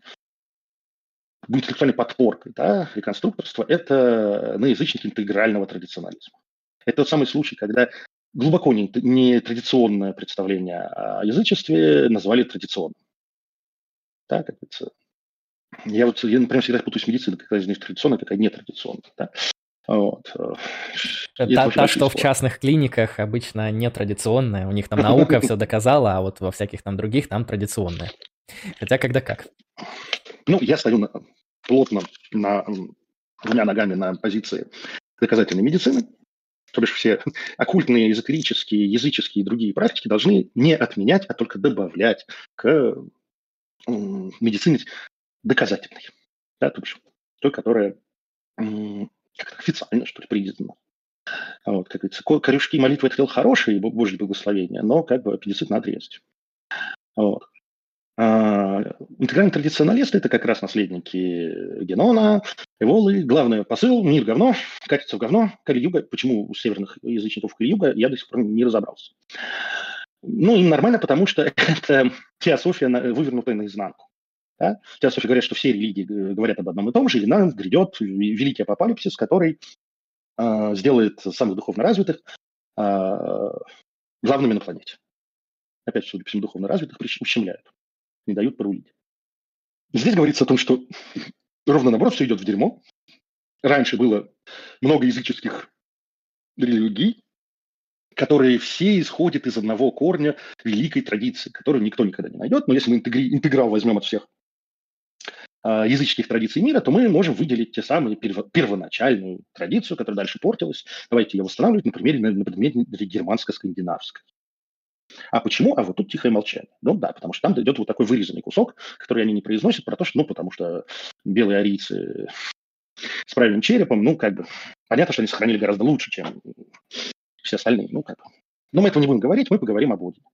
подпоркой, да, реконструкторства, это иноязычник интегрального традиционализма. Это тот самый случай, когда глубоко не традиционное представление о язычестве назвали традиционным. Да, как говорится. Я, например, всегда путаюсь с медициной, какая из них традиционная, какая нетрадиционная. Да? Вот. Та, что в частных клиниках обычно нетрадиционная, у них там наука все доказала, а вот во всяких там других там традиционная. Хотя когда как. Ну, я стою плотно двумя ногами на позиции доказательной медицины, то бишь все оккультные, эзотерические, языческие и другие практики должны не отменять, а только добавлять к медицине доказательной. Да, то бишь той, которая как-то официально, что ли, признана. Вот, как говорится, корюшки молитвы – это дело хорошее, и Божье благословение, но как бы аппендицит надо резать. Вот. Интегральные традиционалисты – это как раз наследники Генона, Эволы. Главный посыл – мир говно, катится в говно, Кали-юга. Почему у северных язычников Кали-юга, я до сих пор не разобрался. Ну, им нормально, потому что это теософия, вывернутая наизнанку. Да? Теософия говорят, что все религии говорят об одном и том же, и нам грядет великий апокалипсис, который сделает самых духовно развитых главными на планете. Опять, судя по всему, духовно развитых ущемляют, не дают порулить. Здесь говорится о том, что ровно наоборот все идет в дерьмо. Раньше было много языческих религий, которые все исходят из одного корня великой традиции, которую никто никогда не найдет. Но если мы интеграл возьмем от всех языческих традиций мира, то мы можем выделить те самые первоначальную традицию, которая дальше портилась. Давайте ее восстанавливать на примере германско-скандинавской. А почему? А вот тут тихое молчание. Ну да, потому что там идет вот такой вырезанный кусок, который они не произносят, про то, что, потому что белые арийцы с правильным черепом, как бы, понятно, что они сохранили гораздо лучше, чем все остальные, как бы. Но мы этого не будем говорить, мы поговорим об Одине.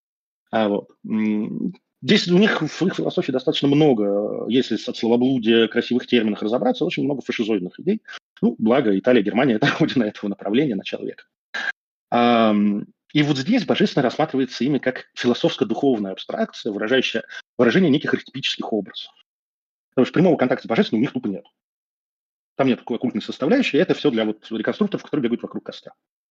Здесь у них в их философии достаточно много, если от словоблудия, красивых терминах разобраться, очень много фашизоидных идей. Благо, Италия, Германия – это родина этого направления, начала века. И вот здесь божественное рассматривается ими как философско-духовная абстракция, выражающая выражение неких архетипических образов. Потому что прямого контакта с божественным у них тупо нет. Там нет такой оккультной составляющей, это все для реконструкторов, которые бегают вокруг костра.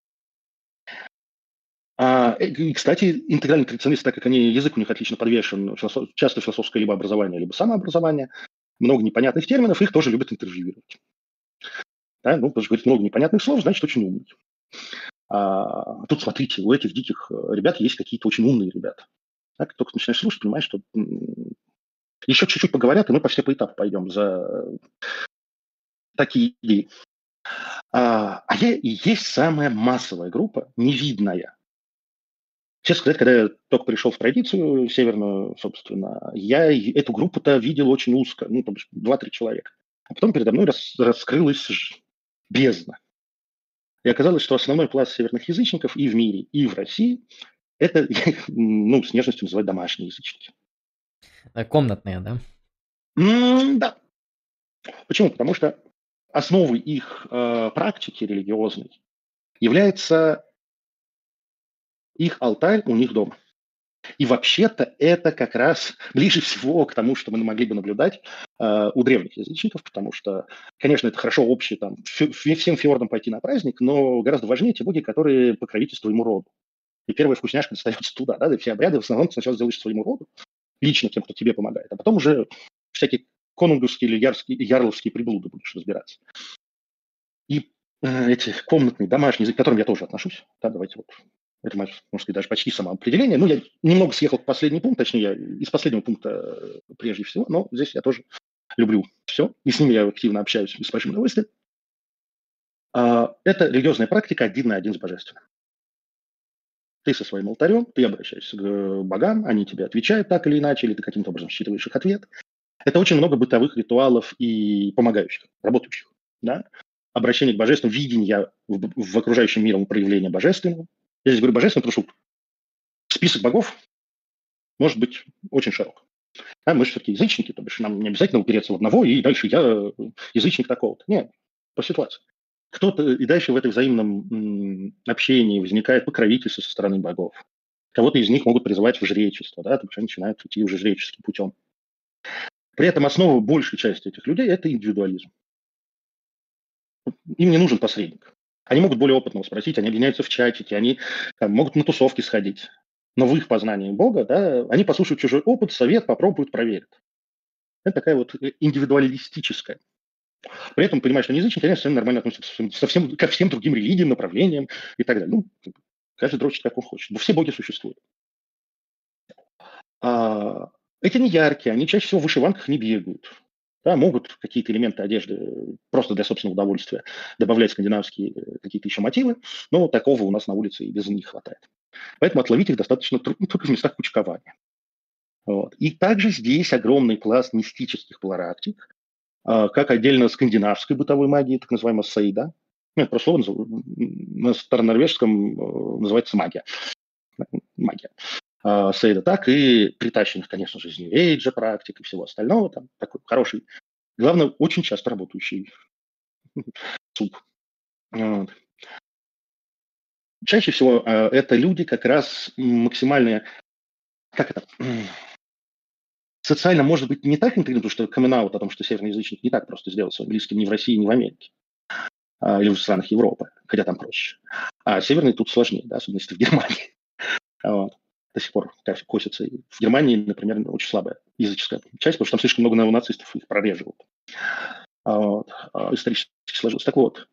И, кстати, интегральные традиционалисты, так как язык у них отлично подвешен, часто философское либо образование, либо самообразование, много непонятных терминов, их тоже любят интервьюировать. Да? Потому что говорить много непонятных слов, значит, очень умный. Тут, смотрите, у этих диких ребят есть какие-то очень умные ребята. Так, только начинаешь слушать, понимаешь, что еще чуть-чуть поговорят, и мы почти по этапу пойдем за такие идеи. Есть самая массовая группа, невидная. Честно сказать, когда я только пришел в традицию северную, собственно, я эту группу-то видел очень узко, 2-3 человека. А потом передо мной раскрылась бездна. И оказалось, что основной пласт северных язычников и в мире, и в России – это, с нежностью называют домашние язычники. Комнатные, да? Да. Почему? Потому что основой их практики религиозной является их алтарь у них дома. И вообще-то это как раз ближе всего к тому, что мы могли бы наблюдать у древних язычников, потому что, конечно, это хорошо общее, всем фьордам пойти на праздник, но гораздо важнее те боги, которые покровительствуют твоему роду. И первая вкусняшка достается туда, да, и все обряды в основном ты сначала сделаешь своему роду, лично тем, кто тебе помогает, а потом уже всякие конунгусские или ярловские приблуды будешь разбираться. И эти комнатные, домашние языки, к которым я тоже отношусь, да, давайте это, можно сказать, даже почти самоопределение. Я немного съехал к последнему пункту, точнее, я из последнего пункта прежде всего, но здесь я тоже люблю все, и с ними я активно общаюсь с большим удовольствием. Это религиозная практика один на один с божественным. Ты со своим алтарем, ты обращаешься к богам, они тебе отвечают так или иначе, или ты каким-то образом считываешь их ответ. Это очень много бытовых ритуалов и помогающих, работающих. Да? Обращение к божественному, видение в окружающем мире проявления божественного. Я здесь говорю божественное, потому что список богов может быть очень широк. Да, мы же все-таки язычники, то бишь нам не обязательно упереться в одного, и дальше я язычник такого-то. Нет, по ситуации. И дальше в этом взаимном общении возникает покровительство со стороны богов. Кого-то из них могут призывать в жречество, да, там начинают идти уже жреческим путем. При этом основа большей части этих людей – это индивидуализм. Им не нужен посредник. Они могут более опытного спросить, они объединяются в чатике, они там, могут на тусовки сходить. Но в их познании Бога, да, они послушают чужой опыт, совет, попробуют, проверят. Это такая вот индивидуалистическая. При этом понимаешь, что язычники, они совершенно нормально относятся совсем ко всем другим религиям, направлениям и так далее. Ну, каждый дрочит, как он хочет. Но все боги существуют. Эти не яркие, они чаще всего в вышиванках не бегают. Да, могут какие-то элементы одежды просто для собственного удовольствия добавлять скандинавские какие-то еще мотивы, но такого у нас на улице и без них хватает. Поэтому отловить их достаточно трудно только в местах кучкования. Вот. И также здесь огромный пласт мистических практик, как отдельно скандинавской бытовой магии, так называемая сейда. Ну, это просто слово на старонорвежском называется магия. Магия. Сейда, так и притащенных, конечно же, из New Age практик и всего остального. Там такой хороший, главное, очень часто работающий суп. Вот. Чаще всего это люди как раз максимально, как это, социально, может быть, не так интегрированы, потому что камин-аут о том, что северный язычник не так просто сделать своим близким ни в России, ни в Америке, или в странах Европы, хотя там проще. А северный тут сложнее, да, особенно если в Германии. Вот. До сих пор косится. И в Германии, например, очень слабая языческая часть, потому что там слишком много неонацистов, их прореживают. Вот. Исторически сложилось. Так вот,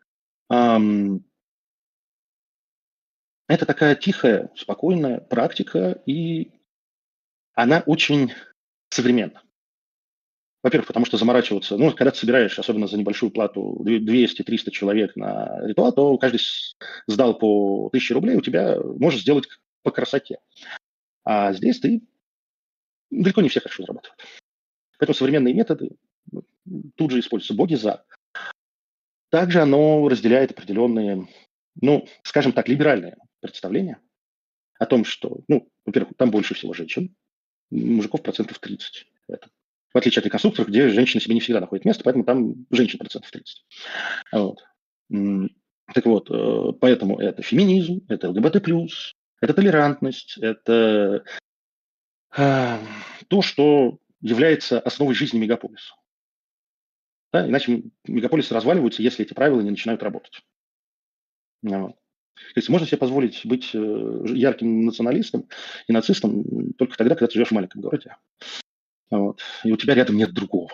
это такая тихая, спокойная практика, и она очень современна. Во-первых, потому что заморачиваться, ну, когда ты собираешь, особенно за небольшую плату, 200-300 человек на ритуал, то каждый сдал по 1000 рублей, у тебя можешь сделать по красоте. А здесь ты далеко не все хорошо зарабатывают. Поэтому современные методы тут же используются. Боги за. Также оно разделяет определенные, ну, скажем так, либеральные представления о том, что, ну, во-первых, там больше всего женщин, мужиков процентов 30. Это. В отличие от реконструкторов, где женщины себе не всегда находят место, поэтому там женщин процентов 30. Вот. Так вот, поэтому это феминизм, это ЛГБТ+, это толерантность, это то, что является основой жизни мегаполиса. Да? Иначе мегаполисы разваливаются, если эти правила не начинают работать. Вот. То есть можно себе позволить быть ярким националистом и нацистом только тогда, когда ты живешь в маленьком городе. Вот. И у тебя рядом нет другого.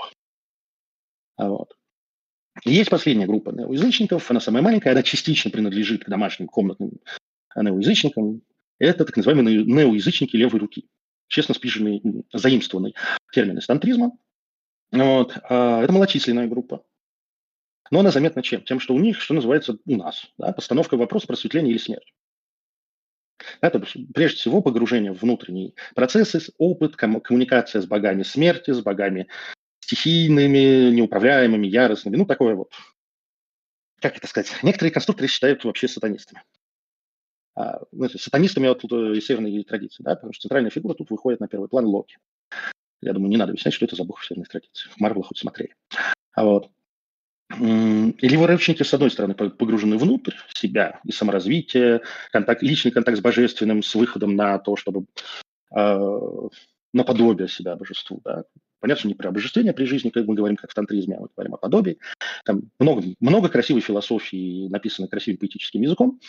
Вот. И есть последняя группа неоязычников, она самая маленькая, она частично принадлежит к домашним комнатным неоязычникам. Это так называемые неоязычники левой руки. Честно спиженный, заимствованный термин из тантризма. Вот. Это малочисленная группа. Но она заметна чем? Тем, что у них, что называется, у нас, да, постановка вопроса просветления или смерть. Это прежде всего погружение в внутренние процессы, опыт, коммуникация с богами смерти, с богами стихийными, неуправляемыми, яростными. Ну, такое вот, как это сказать, некоторые конструкторы считают вообще сатанистами. Сатанистами от из северной традиции, да, потому что центральная фигура тут выходит на первый план Локи. Я думаю, не надо объяснять, что это за бог в северных традициях. В Марвелах хоть смотрели. Вот. И леворучники, с одной стороны, погружены внутрь себя и саморазвитие, личный контакт с божественным, с выходом на то, чтобы наподобие себя божеству. Да. Понятно, что не про обожествление при жизни, как мы говорим, как в тантризме, а мы говорим о подобии. Там много красивой философии, написанной красивым поэтическим языком.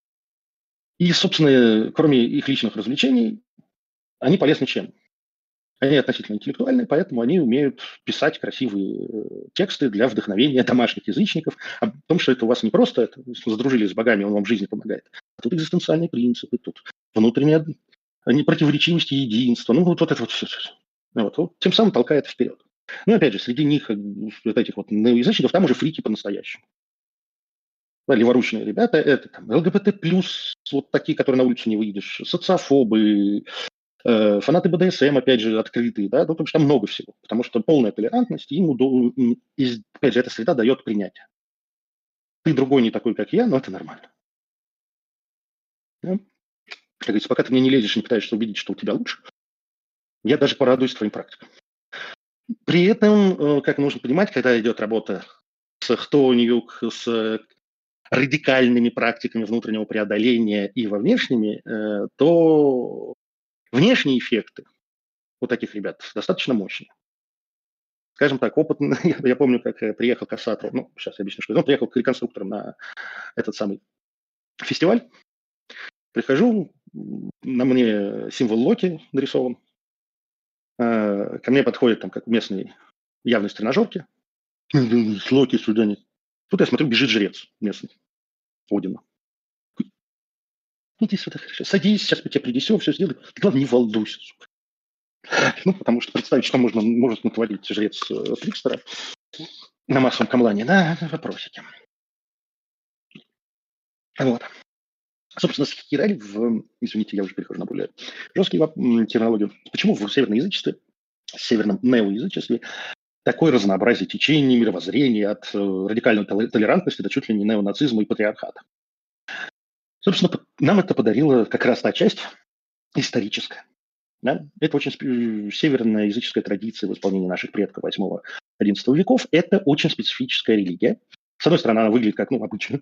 И, собственно, кроме их личных развлечений, они полезны чем? Они относительно интеллектуальные, поэтому они умеют писать красивые тексты для вдохновения домашних язычников о том, что это у вас не просто это, задружились с богами, он вам в жизни помогает, а тут экзистенциальные принципы, тут внутренняя непротиворечивость и единство, ну вот это вот все. Вот, тем самым толкает вперед. Ну, опять же, среди них, вот этих вот язычников, там уже фрики по-настоящему. Да, леворучные ребята, это там ЛГБТ+, вот такие, которые на улицу не выйдешь, социофобы, фанаты БДСМ, опять же, открытые, да, ну, потому что там много всего, потому что полная толерантность, им, опять же, эта среда дает принятие. Ты другой не такой, как я, но это нормально. Да? Как говорится, пока ты мне не лезешь и не пытаешься убедить, что у тебя лучше, я даже порадуюсь твоим практикам. При этом, как нужно понимать, когда идет работа с хтонью, с радикальными практиками внутреннего преодоления и во внешними, то внешние эффекты у таких ребят достаточно мощные. Скажем так, опыт, я помню, как приехал к Асатру, ну, сейчас я объясню, что это. Он приехал к реконструкторам на этот самый фестиваль. Прихожу, на мне символ Локи нарисован. Ко мне подходит там как местный явный с тренажерки. С Локи сюда нет. Тут я смотрю, бежит жрец местный, Одина. Иди сюда, хорошо. Садись, сейчас мы тебе принесем, все сделаем. Ты, главное, не волнуйся, сука. Ну, потому что представить, что может натворить жрец Трикстера на массовом камлане, да, вопросики. Вот. Собственно, схерали извините, я уже перехожу на более жесткие терминологию. Почему в северноязычестве, северном неоязычестве такое разнообразие течений, мировоззрения от радикальной толерантности до чуть ли не неонацизма и патриархата? Собственно, нам это подарила как раз та часть историческая. Да? Это очень северная языческая традиция в исполнении наших предков 8-11 веков. Это очень специфическая религия. С одной стороны, она выглядит как, обычно.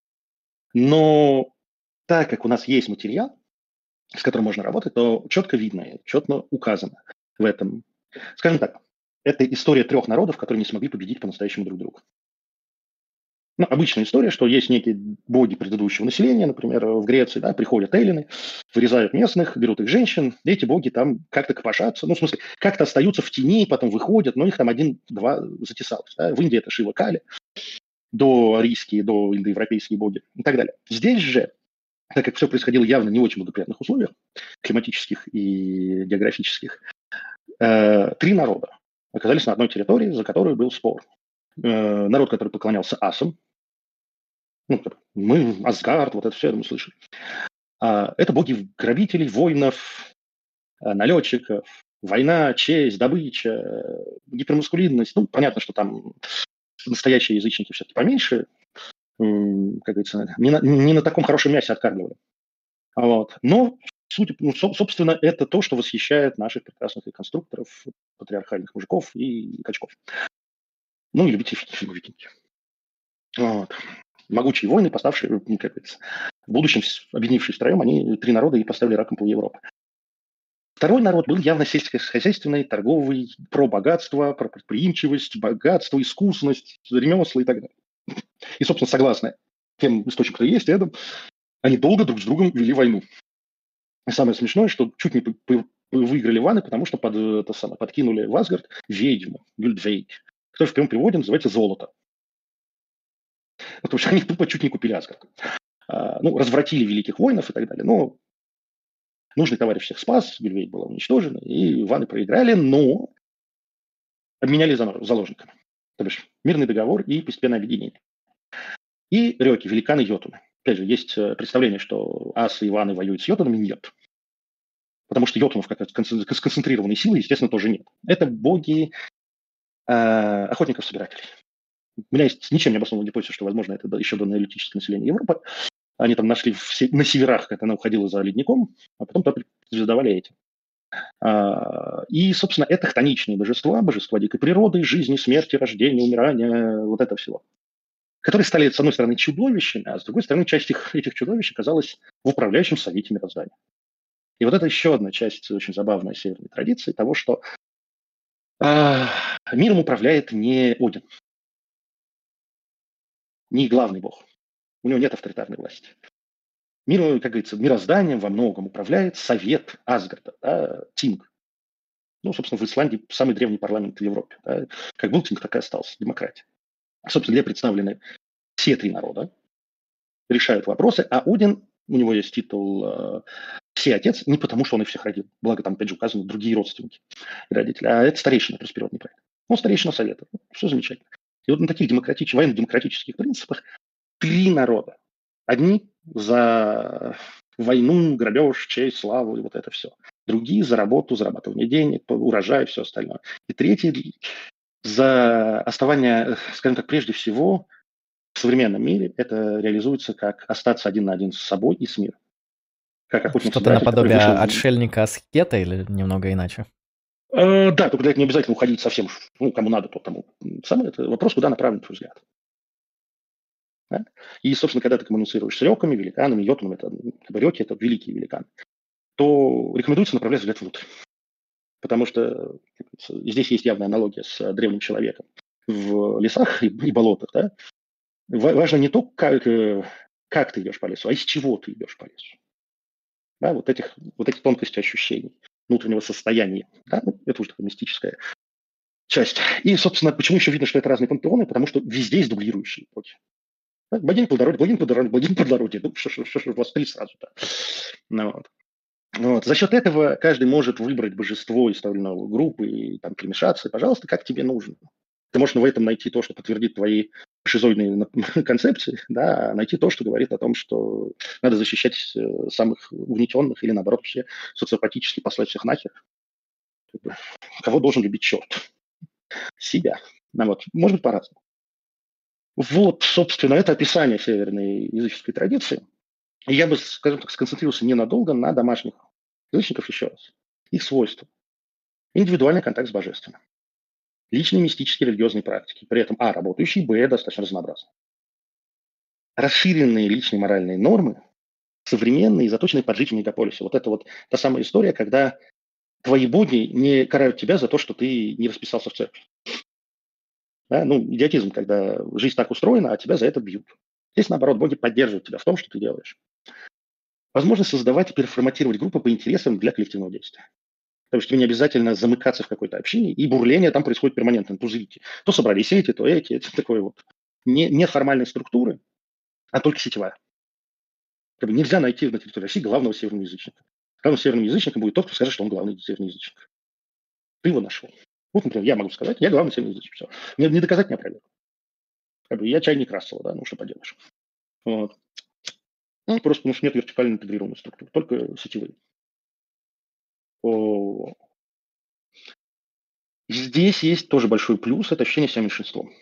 Но так как у нас есть материал, с которым можно работать, то четко видно, четко указано в этом. Скажем так, это история 3 народов, которые не смогли победить по-настоящему друг друга. Обычная история, что есть некие боги предыдущего населения, например, в Греции, да, приходят эллины, вырезают местных, берут их женщин, и эти боги там как-то копошатся, в смысле, как-то остаются в тени, потом выходят, но их там 1-2 затесалось. Да. В Индии это Шива Кали, доарийские, доиндоевропейские боги и так далее. Здесь же, так как все происходило явно не в очень благоприятных условиях, климатических и географических, 3 народа оказались на одной территории, за которую был спор. Народ, который поклонялся асам, мы, Асгард, вот это все, мы слышим. Это боги грабителей, воинов, налетчиков, война, честь, добыча, гипермаскулинность. Понятно, что там настоящие язычники все-таки поменьше, как говорится, не на таком хорошем мясе откармливали. Вот. Но, собственно, это то, что восхищает наших прекрасных реконструкторов, патриархальных мужиков и качков. И любителей фильма «Викинги». Вот. Могучие воины, поставшие, как говорится, в будущем, объединившись втроем, они 3 народа и поставили раком пол Европы. Второй народ был явно сельскохозяйственный, торговый, про богатство, про предприимчивость, богатство, искусность, ремесла и так далее. И, собственно, согласно тем источникам, которые есть рядом, они долго друг с другом вели войну. И самое смешное, что чуть не выиграли ваны, потому что подкинули в Асгард ведьму, Гюльдвейг, которая в прямом переводе называется «золото». Потому что они тупо чуть не купили Асгард. Развратили великих воинов и так далее. Но нужный товарищ всех спас, Гюльвейг была уничтожена, и ваны проиграли, но обменяли заложниками. То бишь мирный договор и постепенное объединение. И рёки, великаны Йотуны. Опять же, есть представление, что асы и ваны воюют с Йотунами. Нет. Потому что Йотунов как сконцентрированной силы, естественно, тоже нет. Это боги охотников-собирателей. У меня есть ничем не обоснованная гипотеза, что, возможно, это еще до неолитического населения Европы. Они там нашли на северах, как она уходила за ледником, а потом звездовали эти. И, собственно, это хтоничные божества, божества дикой природы, жизни, смерти, рождения, умирания, вот это всего. Которые стали, с одной стороны, чудовищами, а с другой стороны, часть этих чудовищ оказалась в управляющем совете мироздания. И вот это еще одна часть очень забавной северной традиции того, что миром управляет не Один, не главный бог. У него нет авторитарной власти. Миром, как говорится, мирозданием во многом управляет совет Асгарда, да, Тинг. Собственно, в Исландии самый древний парламент в Европе. Да. Как был Тинг, так и остался. Демократия. Собственно, где представлены все 3 народа, решают вопросы, а Один, у него есть титул всеотец, не потому, что он их всех родил. Благо, там, опять же, указаны другие родственники и родители. А это старейшина, просто перевод неправильно. Он старейшина совета. Все замечательно. И вот на таких военно-демократических принципах 3 народа. Одни за войну, грабеж, честь, славу и вот это все. Другие за работу, зарабатывание денег, урожай и все остальное. И третьи за оставание, скажем так, прежде всего, в современном мире это реализуется как остаться один на один с собой и с миром. Как Что-то наподобие отшельника-аскета или немного иначе? Да, только для этого не обязательно уходить совсем, кому надо, тот тому. Самое это вопрос, куда направлен твой взгляд. Да? И, собственно, когда ты коммуницируешь с рёками, великанами, йотунами, это, как бы рёки– это великие великаны, то рекомендуется направлять взгляд внутрь. Потому что здесь есть явная аналогия с древним человеком. В лесах и болотах, да, важно не то, как ты идешь по лесу, а из чего ты идешь по лесу. Да, вот эти тонкости ощущений, внутреннего состояния. Да, ну, это уже такая мистическая часть. И, собственно, почему еще видно, что это разные пантеоны? Потому что везде есть дублирующие эпохи. Да, богиня плодородия, богиня плодородия, богиня плодородия. Ну, что ж у вас три сразу-то? Ну, вот. Вот. За счет этого каждый может выбрать божество из той или иной группы и там перемешаться. И, пожалуйста, как тебе нужно. Ты можешь в этом найти то, что подтвердит твои шизоидные концепции, да, а найти то, что говорит о том, что надо защищать самых угнетенных или, наоборот, вообще социопатически послать всех нахер. Как бы, кого должен любить черт? Себя. Ну, вот. Может быть, по-разному. Вот, собственно, это описание северной языческой традиции. И я бы, скажем так, сконцентрировался ненадолго на домашних язычников еще раз. Их свойства. Индивидуальный контакт с божественным. Личные мистические религиозные практики. При этом работающие, достаточно разнообразны. Расширенные личные моральные нормы, современные и заточенные под жителей мегаполиса. Вот это вот та самая история, когда твои боги не карают тебя за то, что ты не расписался в церкви. Да? Ну, идиотизм, когда жизнь так устроена, а тебя за это бьют. Здесь, наоборот, боги поддерживают тебя в том, что ты делаешь. Возможность создавать и переформатировать группы по интересам для коллективного действия. Потому что тебе не обязательно замыкаться в какой-то общине, и бурление там происходит перманентно, пузырики. То собрались эти, то эти. Это такое вот неформальной структуры, а только сетевая. Как бы нельзя найти на территории России главного северного язычника. Главным северным язычником будет тот, кто скажет, что он главный северный язычник. Ты его нашел. Вот, например, я могу сказать, я главный северный язычник. Все. Мне не доказать, не опровергнуть. Как бы я чайник Рассела, да, ну что поделаешь. Вот. Ну, просто потому что нет вертикально интегрированных структур, только сетевые. Здесь есть тоже большой плюс, это ощущение себя меньшинством.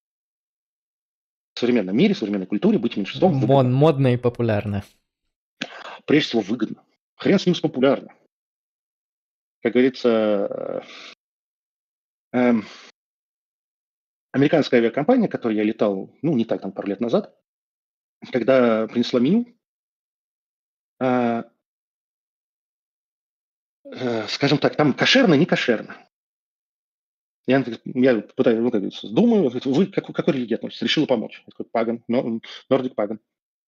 В современном мире, в современной культуре быть меньшинством выгодно. Модно и популярно. Прежде всего выгодно. Хрен с ним с популярным. Как говорится, американская авиакомпания, которой я летал, ну, не так, там, пару лет назад, когда принесла меню, скажем так, там кошерно, не кошерно. Я пытаюсь, ну, как говорится, думаю, вы к какой религии относитесь? Решила помочь. Я такой, паган, нордик паган.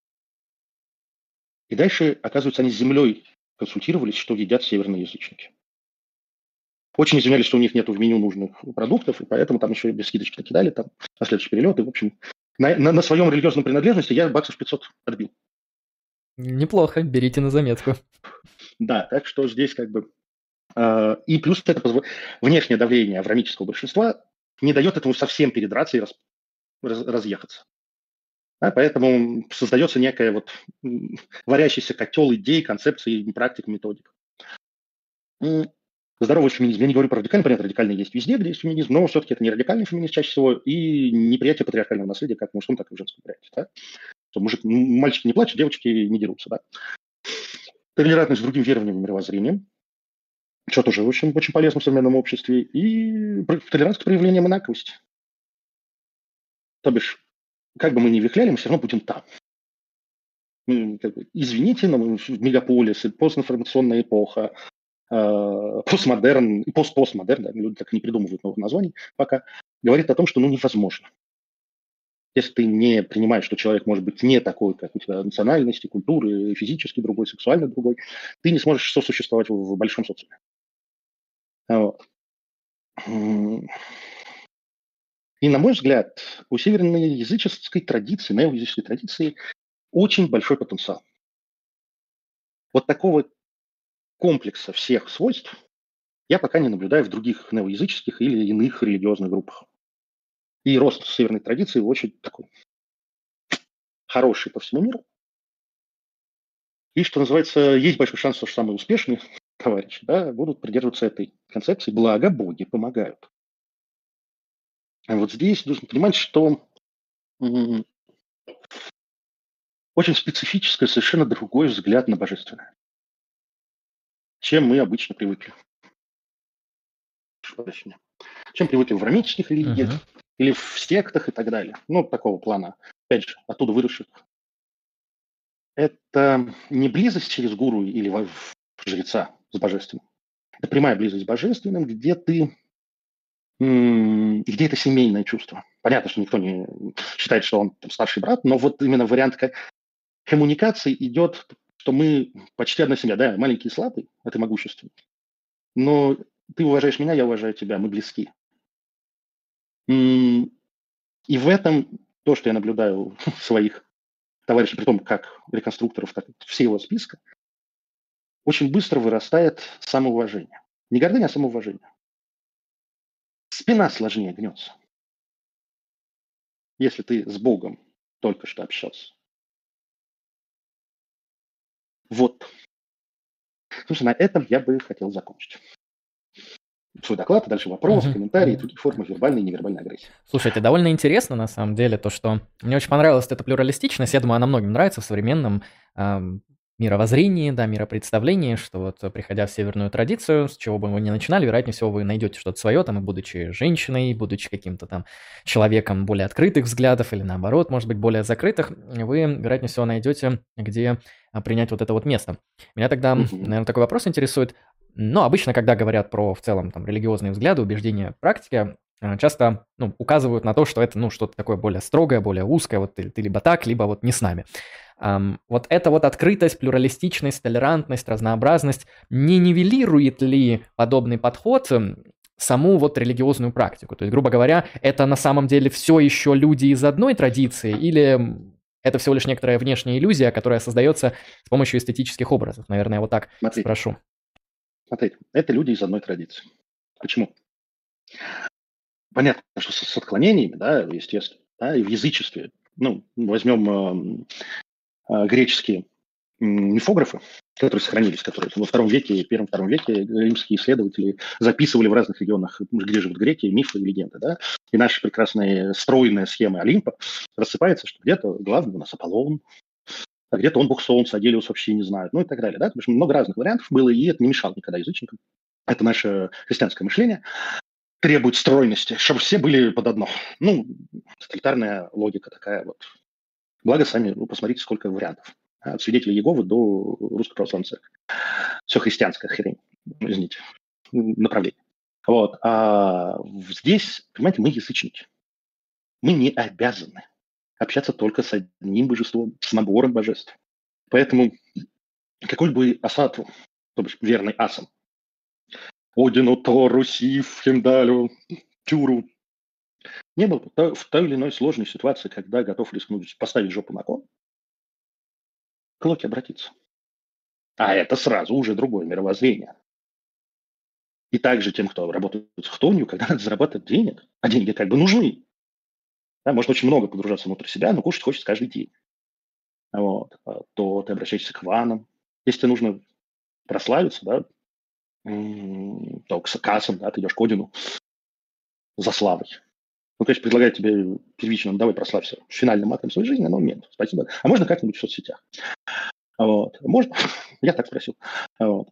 И дальше, оказывается, они с землей консультировались, что едят северные язычники. Очень извинялись, что у них нет в меню нужных продуктов, и поэтому там еще без скидочки накидали там на следующий перелет. И, в общем, на своем религиозном принадлежности я баксов 500 отбил. Неплохо, берите на заметку. Да, так что здесь как бы... И плюс это внешнее давление аврамического большинства не дает этому совсем передраться и разъехаться. Да, поэтому создается некая вот варящийся котел идей, концепций, практик, методик. Здоровый феминизм. Я не говорю про радикальный, понятно, радикальный есть везде, где есть феминизм, но все-таки это не радикальный феминизм чаще всего и неприятие патриархального наследия как в мужском, так и в женском варианте. Да? Что мальчики не плачут, девочки не дерутся. Да? Толерантность к другим верованиям и мировоззрением, что тоже очень, очень полезно в современном обществе, и толерантность к проявлениям инаковости. То бишь, как бы мы ни вихляли, мы все равно будем там. Извините, но мы в мегаполисе, постинформационная эпоха, постмодерн и постмодерн, да, люди так и не придумывают новых названий пока, говорит о том, что невозможно. Если ты не принимаешь, что человек может быть не такой, как у тебя национальности, культуры, физически другой, сексуально другой, ты не сможешь сосуществовать в большом социуме. Вот. И, на мой взгляд, у северной языческой традиции, неоязыческой традиции очень большой потенциал. Вот такого комплекса всех свойств я пока не наблюдаю в других неоязыческих или иных религиозных группах. И рост северной традиции очень такой хороший по всему миру. И, что называется, есть большой шанс, что самые успешные товарищи будут придерживаться этой концепции, благо боги помогают. А вот здесь нужно понимать, что очень специфическое, совершенно другой взгляд на божественное, чем мы обычно привыкли. Чем привыкли в рамических религиях или в сектах и так далее. Ну, такого плана опять же, оттуда выросших, это не близость через гуру или жреца с божественным. Это прямая близость с божественным, где где это семейное чувство. Понятно, что никто не считает, что он там старший брат, но вот именно вариант коммуникации идет, что мы почти одна семья. Да, маленький и слабый, а ты могущественный. Но ты уважаешь меня, я уважаю тебя, мы близки. И в этом то, что я наблюдаю у своих товарищей, при том, как реконструкторов, так и всего списка, очень быстро вырастает самоуважение. Не гордыня, а самоуважение. Спина сложнее гнется. Если ты с Богом только что общался. Вот. Слушай, на этом я бы хотел закончить свой доклад, а дальше вопросы, комментарии, другие формы вербальной и невербальной агрессии. Слушайте, довольно интересно на самом деле то, что мне очень понравилась эта плюралистичность. Я думаю, она многим нравится в современном мировоззрении, да, миропредставлении, что вот приходя в северную традицию, с чего бы вы ни начинали, вероятнее всего вы найдете что-то свое, там, и будучи женщиной, будучи каким-то там человеком более открытых взглядов или наоборот, может быть, более закрытых, вы, вероятнее всего, найдете, где принять вот это вот место. Меня тогда, наверное, такой вопрос интересует. Но обычно, когда говорят про в целом там религиозные взгляды, убеждения, практики, часто указывают на то, что это что-то такое более строгое, более узкое, вот ты либо так, либо вот не с нами. Вот эта вот открытость, плюралистичность, толерантность, разнообразность не нивелирует ли подобный подход саму вот религиозную практику? То есть, грубо говоря, это на самом деле все еще люди из одной традиции или это всего лишь некоторая внешняя иллюзия, которая создается с помощью эстетических образов? Наверное, я вот так спрошу. Смотрите, это люди из одной традиции. Почему? Понятно, что с отклонениями, да, естественно, да, и в язычестве. Возьмем греческие мифографы, которые сохранились, которые во втором веке, первом-втором веке римские исследователи записывали в разных регионах, где живут греки, мифы и легенды, да, и наша прекрасная стройная схема Олимпа рассыпается, что где-то главный у нас Аполлон, а где-то он бог солнца, а Делиус вообще не знают, и так далее, да, потому что много разных вариантов было, и это не мешало никогда язычникам. Это наше христианское мышление требует стройности, чтобы все были под одно. Тоталитарная логика такая вот. Благо, сами посмотрите, сколько вариантов. От свидетелей Иеговы до Русской Православной Церкви. Все христианская хрень, извините, направление. Вот. А здесь, понимаете, мы язычники. Мы не обязаны общаться только с одним божеством, с набором божеств. Поэтому какой бы Асатву, то бишь верный асам, Одину, Тору, Сиф, Хемдалю, Тюру, не был в той или иной сложной ситуации, когда готов рискнуть поставить жопу на кон, к Локи обратиться. А это сразу уже другое мировоззрение. И также тем, кто работает с хтонью, когда надо зарабатывать денег, а деньги как бы нужны. Да, можно очень много погружаться внутрь себя, но кушать хочется каждый день. Вот. То ты обращаешься к ванам. Если тебе нужно прославиться, да, то к кассам, да, ты идешь к Одину за славой. Конечно, предлагает тебе первично, давай прославься финальным актом своей жизни, но нет, спасибо. А можно как-нибудь в соцсетях? Вот. Можно? Я так спросил. Вот.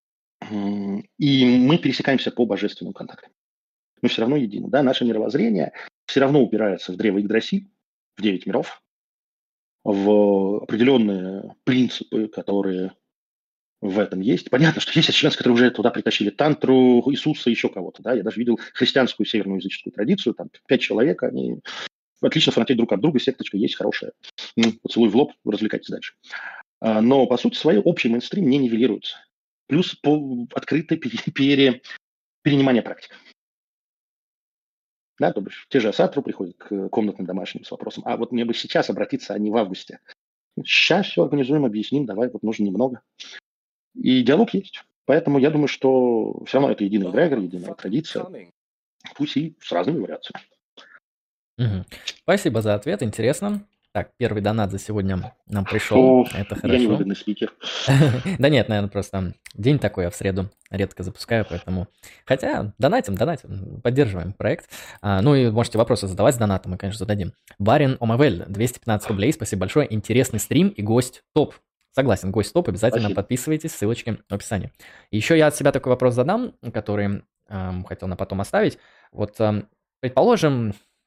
И мы пересекаемся по божественным контактам. Мы все равно едины. Да? Наше мировоззрение все равно упирается в древо Игдрасиль, в 9 миров, в определенные принципы, которые в этом есть. Понятно, что есть члены, которые уже туда притащили тантру, Иисуса, еще кого-то. Да? Я даже видел христианскую северную языческую традицию, там 5 человек, они отлично фанатеют друг от друга, секточка есть хорошая. Поцелуй в лоб, развлекайтесь дальше. Но, по сути, свой общий мейнстрим не нивелируется. Плюс открытое перенимание практик. Да, то бишь, те же Асатру приходят к комнатным домашним с вопросом, а вот мне бы сейчас обратиться, а не в августе. Сейчас все организуем, объясним, давай, вот нужно немного. И диалог есть. Поэтому я думаю, что все равно это единый эгрегор, единая традиция, пусть и с разными вариациями. Спасибо за ответ, интересно. Так, первый донат за сегодня нам пришел, это хорошо. Я невыгодный спикер. Да нет, наверное, просто день такой, я в среду редко запускаю, поэтому... Хотя донатим, поддерживаем проект. Ну и можете вопросы задавать с донатом, мы, конечно, зададим. Барин Омавель, 215 рублей, спасибо большое. Интересный стрим и гость топ. Согласен, гость топ, обязательно подписывайтесь, ссылочки в описании. Еще я от себя такой вопрос задам, который хотел на потом оставить. Вот, предположим,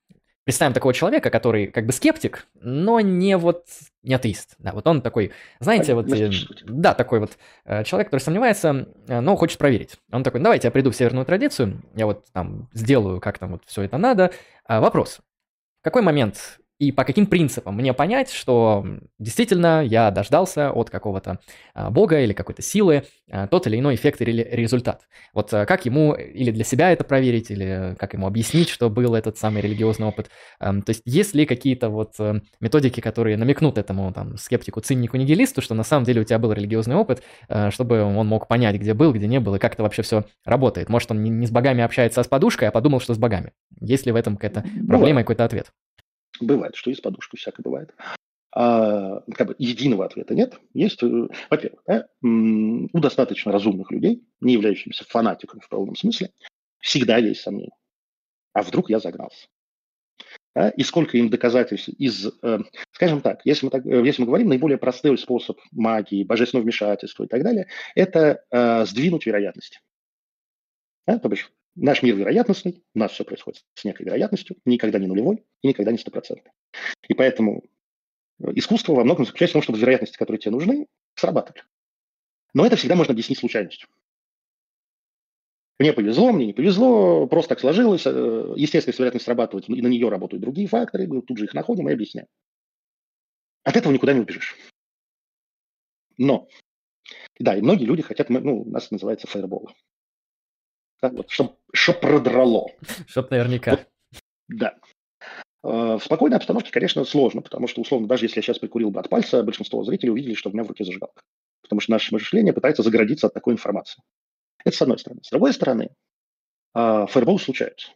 представим такого человека, который как бы скептик, но не атеист. Да, вот он такой, знаете, Агностический тип. да, такой вот человек, который сомневается, но хочет проверить. Он такой, давайте я приду в северную традицию, я вот там сделаю, как там вот все это надо. Вопрос, в какой момент и по каким принципам мне понять, что действительно я дождался от какого-то бога или какой-то силы тот или иной эффект или результат? Вот как ему или для себя это проверить, или как ему объяснить, что был этот самый религиозный опыт? То есть есть ли какие-то вот методики, которые намекнут этому там скептику, цинику, нигилисту, что на самом деле у тебя был религиозный опыт, чтобы он мог понять, где был, где не был, и как это вообще все работает? Может, он не с богами общается, а с подушкой, а подумал, что с богами? Есть ли в этом какая-то проблема и Бывает. какой-то ответ? Бывает, что и с подушкой всякое бывает. Как бы единого ответа нет. Есть, во-первых, да, у достаточно разумных людей, не являющихся фанатиками в полном смысле, всегда есть сомнения. А вдруг я загнался? Да? И сколько им доказательств из, скажем так, если мы говорим, наиболее простой способ магии, божественного вмешательства и так далее, это сдвинуть вероятности. Да? То бишь, наш мир вероятностный, у нас все происходит с некой вероятностью, никогда не нулевой и никогда не стопроцентный. И поэтому искусство во многом заключается в том, чтобы вероятности, которые тебе нужны, срабатывали. Но это всегда можно объяснить случайностью. Мне повезло, мне не повезло, просто так сложилось. Естественно, если вероятность срабатывает, и на нее работают другие факторы, мы тут же их находим и объясняем. От этого никуда не убежишь. Но, да, и многие люди хотят, у нас называется фаербол. Да, вот, чтоб продрало. Чтоб наверняка. Вот, да. В спокойной обстановке, конечно, сложно, потому что, условно, даже если я сейчас прикурил бы от пальца, большинство зрителей увидели, что у меня в руке зажигалка. Потому что наше мышление пытается загородиться от такой информации. Это с одной стороны. С другой стороны, фаерболы случаются.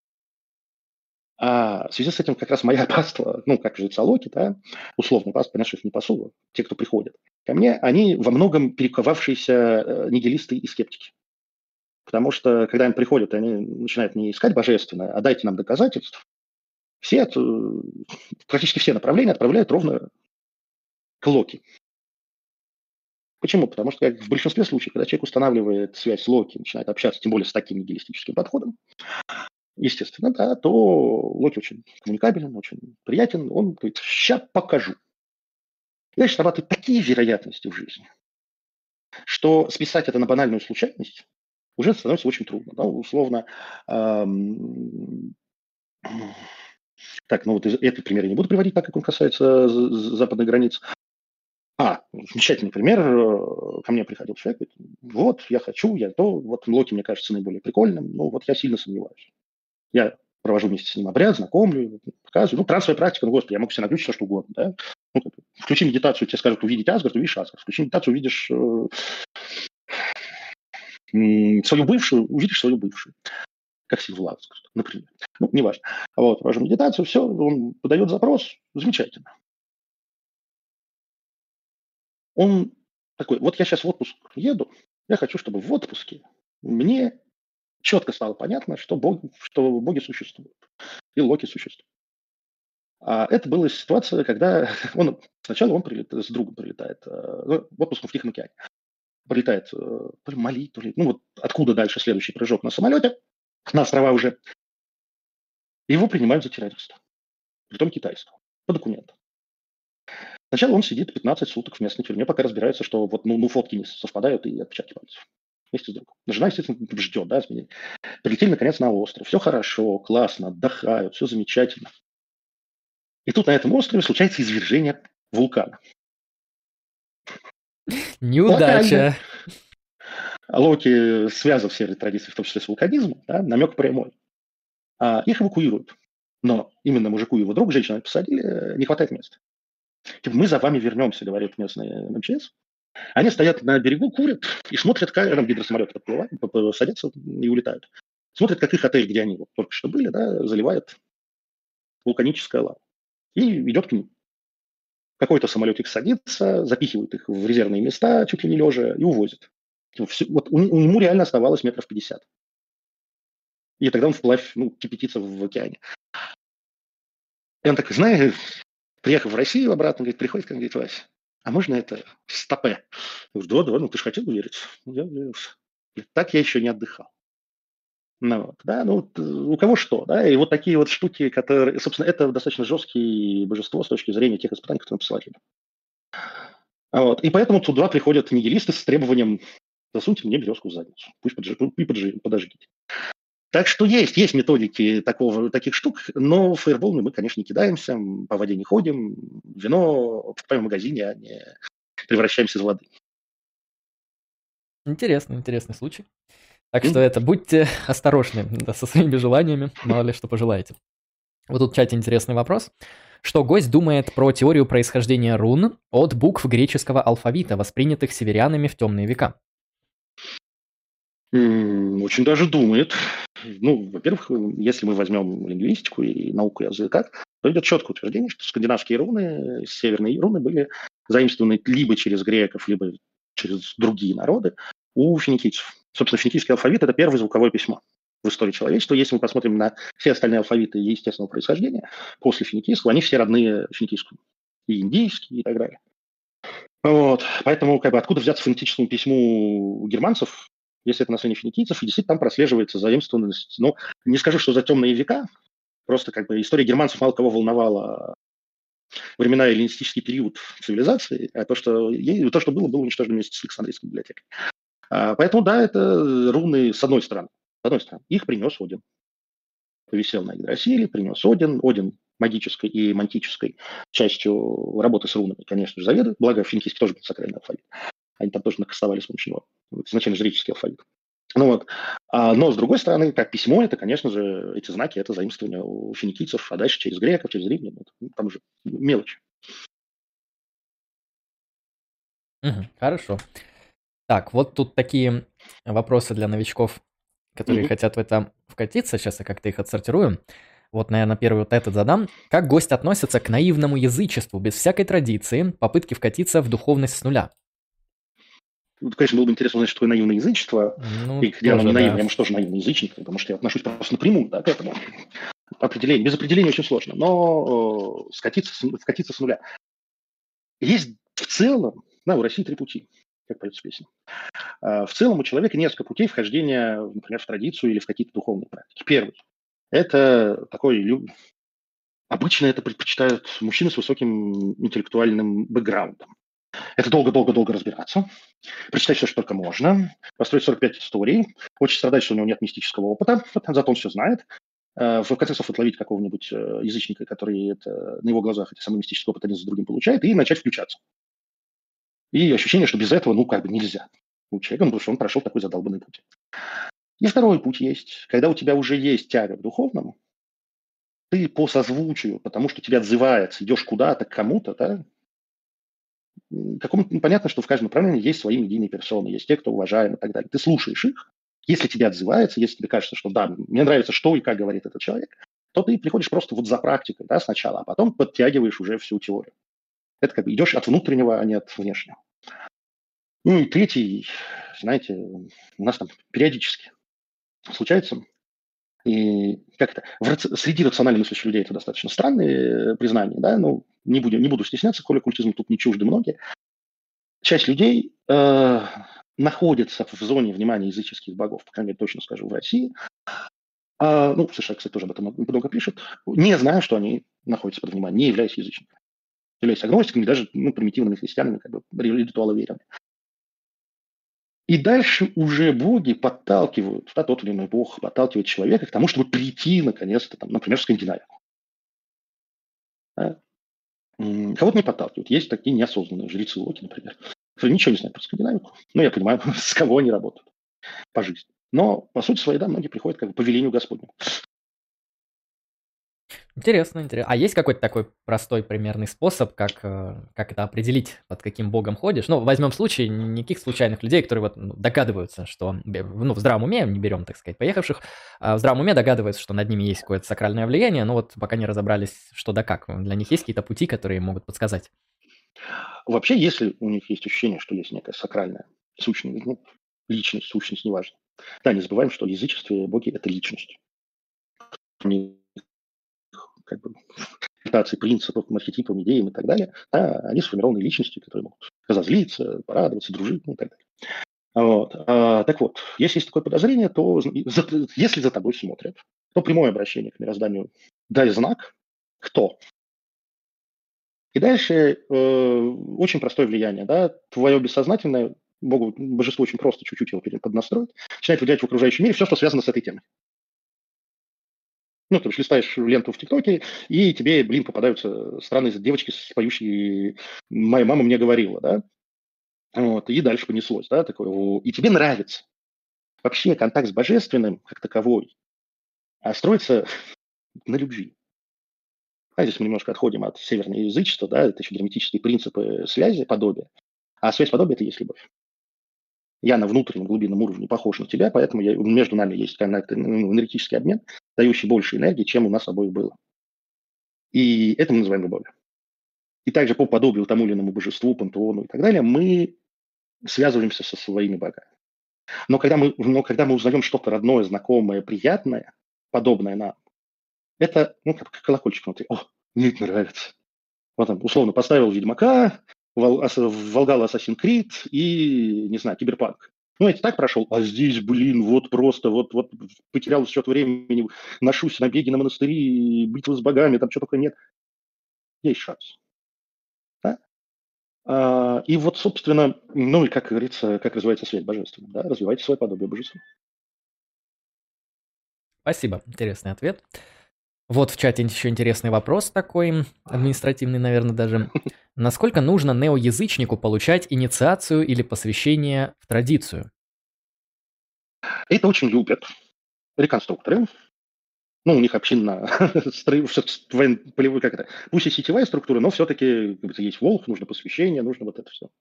А в связи с этим как раз моя паства, как жреца Локи, да, условно, паства, понимаешь, их не пасу, те, кто приходят ко мне, они во многом перековавшиеся нигилисты и скептики. Потому что, когда им приходят, они начинают не искать божественное, а дайте нам доказательств, практически все направления отправляют ровно к Локи. Почему? Потому что в большинстве случаев, когда человек устанавливает связь с Локи, начинает общаться, тем более с таким нигилистическим подходом, естественно, да, то Локи очень коммуникабелен, очень приятен. Он говорит, ща покажу. И дальше срабатывают такие вероятности в жизни, что списать это на банальную случайность уже становится очень трудно. Да? Условно, этот пример я не буду приводить, так как он касается западной границы. Замечательный пример. Ко мне приходил человек, говорит, вот, я хочу, вот Локи мне кажется наиболее прикольным, но вот я сильно сомневаюсь. Я провожу вместе с ним обряд, знакомлю, показываю. Трансовая практика, господи, я могу себе наключить все, что угодно. Да? Включи медитацию, тебе скажут увидеть Асгард, увидишь Асгард. Включи медитацию, увидишь свою бывшую, увидишь свою бывшую. Как символ Асгарда, например. Неважно. Провожу медитацию, все, он подает запрос, замечательно. Он такой, вот я сейчас в отпуск еду, я хочу, чтобы в отпуске мне четко стало понятно, что боги существуют. И Локи существует. А это была ситуация, когда сначала он с другом прилетает, в отпуск в Тихом океане. Прилетает то ли Мали, то ли, откуда дальше следующий прыжок на самолете, на острова уже. Его принимают за террориста, притом китайского, по документам. Сначала он сидит 15 суток в местной тюрьме, пока разбирается, что фотки не совпадают и отпечатки пальцев. Вместе с другом. Жена, естественно, ждет, да, изменений. Прилетели, наконец, на остров. Все хорошо, классно, отдыхают, все замечательно. И тут на этом острове случается извержение вулкана. Неудача. Локи связан все этой традиции, в том числе с вулканизмом, да, намек прямой. Их эвакуируют. Но именно мужику и его другу, женщину посадили, не хватает места. Мы за вами вернемся, говорит местный МЧС. Они стоят на берегу, курят и смотрят, как там гидросамолеты подплывают, садятся и улетают. Смотрят, как их отель, где они только что были, да, заливает вулканическая лава. И идет к ним. Какой-то самолетик садится, запихивает их в резервные места, чуть ли не лежа, и увозит. Ему реально оставалось 50 метров. И тогда он вплавь кипятится в океане. И он такой, знаешь, приехав в Россию обратно, говорит, приходит ко мне, говорит, Вася, а можно это стопе? Я говорю, да, ты же хотел увериться. Я уверился. Так я еще не отдыхал. Ну, вот, да, ну, вот, у кого что, да, и вот такие вот штуки, которые, собственно, это достаточно жесткие божество с точки зрения тех испытаний, которые посылали. Вот, и поэтому туда приходят нигилисты с требованием: засуньте мне березку в задницу, пусть подожгите. Так что есть методики таких штук, но в фаерболы мы, конечно, не кидаемся, по воде не ходим, вино покупаем в магазине, а не превращаемся в воды. Интересный случай. Так что Мгм. это, будьте осторожны, да, со своими желаниями, мало ли что пожелаете. Вот тут в чате интересный вопрос. Что гость думает про теорию происхождения рун от букв греческого алфавита, воспринятых северянами в темные века? Очень даже думает. Ну, во-первых, если мы возьмем лингвистику и науку языка, то идет четкое утверждение, что скандинавские руны, северные руны были заимствованы либо через греков, либо через другие народы у финикийцев. Собственно, финикийский алфавит – это первое звуковое письмо в истории человечества. Если мы посмотрим на все остальные алфавиты естественного происхождения, после финикийского, они все родные финикийскому. И индийский, и так далее. Вот. Поэтому откуда взяться фонетическому письму у германцев, если это наследие финикийцев, и действительно там прослеживается заимствованность. Ну, не скажу, что за темные века, просто история германцев мало кого волновала времена эллинистический период цивилизации, а то, что было уничтожено вместе с Александрийской библиотекой. Поэтому, да, это руны с одной стороны. Их принес Один. Повисел на Игдрасиле, принес Один. Один магической и мантической частью работы с рунами, конечно же, заведует. Благо, финикийский тоже был сакральный алфавит. Они там тоже накастовали с помощью него. Изначально жреческий алфавит. Ну вот. Но, с другой стороны, как письмо, это, конечно же, эти знаки, это заимствование у финикийцев, а дальше через греков, через римлян. Там уже мелочь. Хорошо. Так, вот тут такие вопросы для новичков, которые Мгм. хотят в это вкатиться. Сейчас я как-то их отсортирую. Вот, наверное, первый вот этот задам. Как гость относится к наивному язычеству без всякой традиции, попытки вкатиться в духовность с нуля? Вот, конечно, было бы интересно узнать, что такое наивное язычество, Ну, и где оно не тоже, наивное, да. я, может, тоже наивный язычник, потому что я отношусь просто напрямую, да, к этому. Определение. Без определения очень сложно, но вкатиться с нуля. Есть в целом, да, у России три пути, как поется песня. В целом у человека несколько путей вхождения, например, в традицию или в какие-то духовные практики. Первый – это обычно это предпочитают мужчины с высоким интеллектуальным бэкграундом. Это долго-долго-долго разбираться, прочитать все, что только можно, построить 45 историй, очень страдать, что у него нет мистического опыта, зато он все знает. В конце концов, отловить какого-нибудь язычника, который на его глазах эти самые мистические опыты один за другим получает, и начать включаться. И ощущение, что без этого, нельзя у человека, потому что он прошел такой задолбанный путь. И второй путь есть, когда у тебя уже есть тяга к духовному, ты по созвучию, потому что тебя отзывается, идешь куда-то, к кому-то, да, понятно, что в каждом направлении есть свои медийные персоны, есть те, кто уважаем и так далее. Ты слушаешь их, если тебе отзывается, если тебе кажется, что да, мне нравится, что и как говорит этот человек, то ты приходишь просто вот за практикой, да, сначала, а потом подтягиваешь уже всю теорию. Это идешь от внутреннего, а не от внешнего. Ну и третий, знаете, у нас там периодически случается, и среди рационально мыслящих людей это достаточно странные признания, да, не буду стесняться, коли оккультизм тут не чужды многие. Часть людей находится в зоне внимания языческих богов, по крайней мере, точно скажу, в России. В США, кстати, тоже об этом много пишут, не зная, что они находятся под вниманием, не являясь язычниками, являясь агностиками, даже примитивными христианами, ритуаловерами. И дальше уже боги подталкивают, да, тот или иной бог подталкивает человека к тому, чтобы прийти, наконец-то, например, в Скандинавию. Да? Кого-то не подталкивают. Есть такие неосознанные жрецы Локи, например, которые ничего не знают про Скандинавию. Но я понимаю, с кого они работают по жизни. Но, по сути своей, да, многие приходят по велению Господню. Интересно. А есть какой-то такой простой примерный способ, как это определить, под каким богом ходишь? Ну, возьмем случай никаких случайных людей, которые догадываются, что, в здравом уме, не берем, так сказать, поехавших, а в здравом уме догадываются, что над ними есть какое-то сакральное влияние, но вот пока не разобрались, что да как. Для них есть какие-то пути, которые могут подсказать? Вообще, если у них есть ощущение, что есть некая сакральная сущность, личность, сущность, неважно. Да, не забываем, что в язычестве боги – это личность. Они интерпретации принципов, архетипам, идеям и так далее, они сформированы личностью, которые могут разозлиться, порадоваться, дружить, и так далее. Вот. Так вот, если есть такое подозрение, то если за тобой смотрят, то прямое обращение к мирозданию: дай знак, кто. И дальше очень простое влияние. Да? Твое бессознательное, божество очень просто чуть-чуть его поднастроить, начинает влиять в окружающем мире все, что связано с этой темой. Ну, ты листаешь ленту в ТикТоке, и тебе, попадаются странные девочки, поющие «Моя мама мне говорила», да? Вот, и дальше понеслось, да, такое. И тебе нравится. Вообще контакт с божественным, как таковой, строится на любви. Здесь мы немножко отходим от северного язычества, да, это еще драматические принципы связи, подобия. А связь подобия – это и есть любовь. Я на внутреннем глубинном уровне похож на тебя, поэтому между нами есть коннект, энергетический обмен, дающий больше энергии, чем у нас обоих было. И это мы называем любовью. И также по подобию тому или иному божеству, пантеону и так далее, мы связываемся со своими богами. Но когда мы узнаем что-то родное, знакомое, приятное, подобное нам, это, как колокольчик внутри. О, мне это нравится. Вот там, условно, поставил Ведьмака, Волгал Assassin's Creed и, не знаю, Киберпанк. Ну, это так прошел, а здесь, вот просто, вот потерял счет времени, ношусь набеги на монастыри, битвы с богами, там что только нет. Есть шанс. Да? И вот, собственно, ну и, как говорится, как развивается свет божественный, да, развивайте свое подобие божества. Спасибо, интересный ответ. Вот в чате еще интересный вопрос такой, административный, наверное, даже. Насколько нужно неоязычнику получать инициацию или посвящение в традицию? Это очень любят реконструкторы. Ну, у них община полевой, как это, пусть и сетевая структура, но все-таки есть волк, нужно посвящение, нужно вот это все.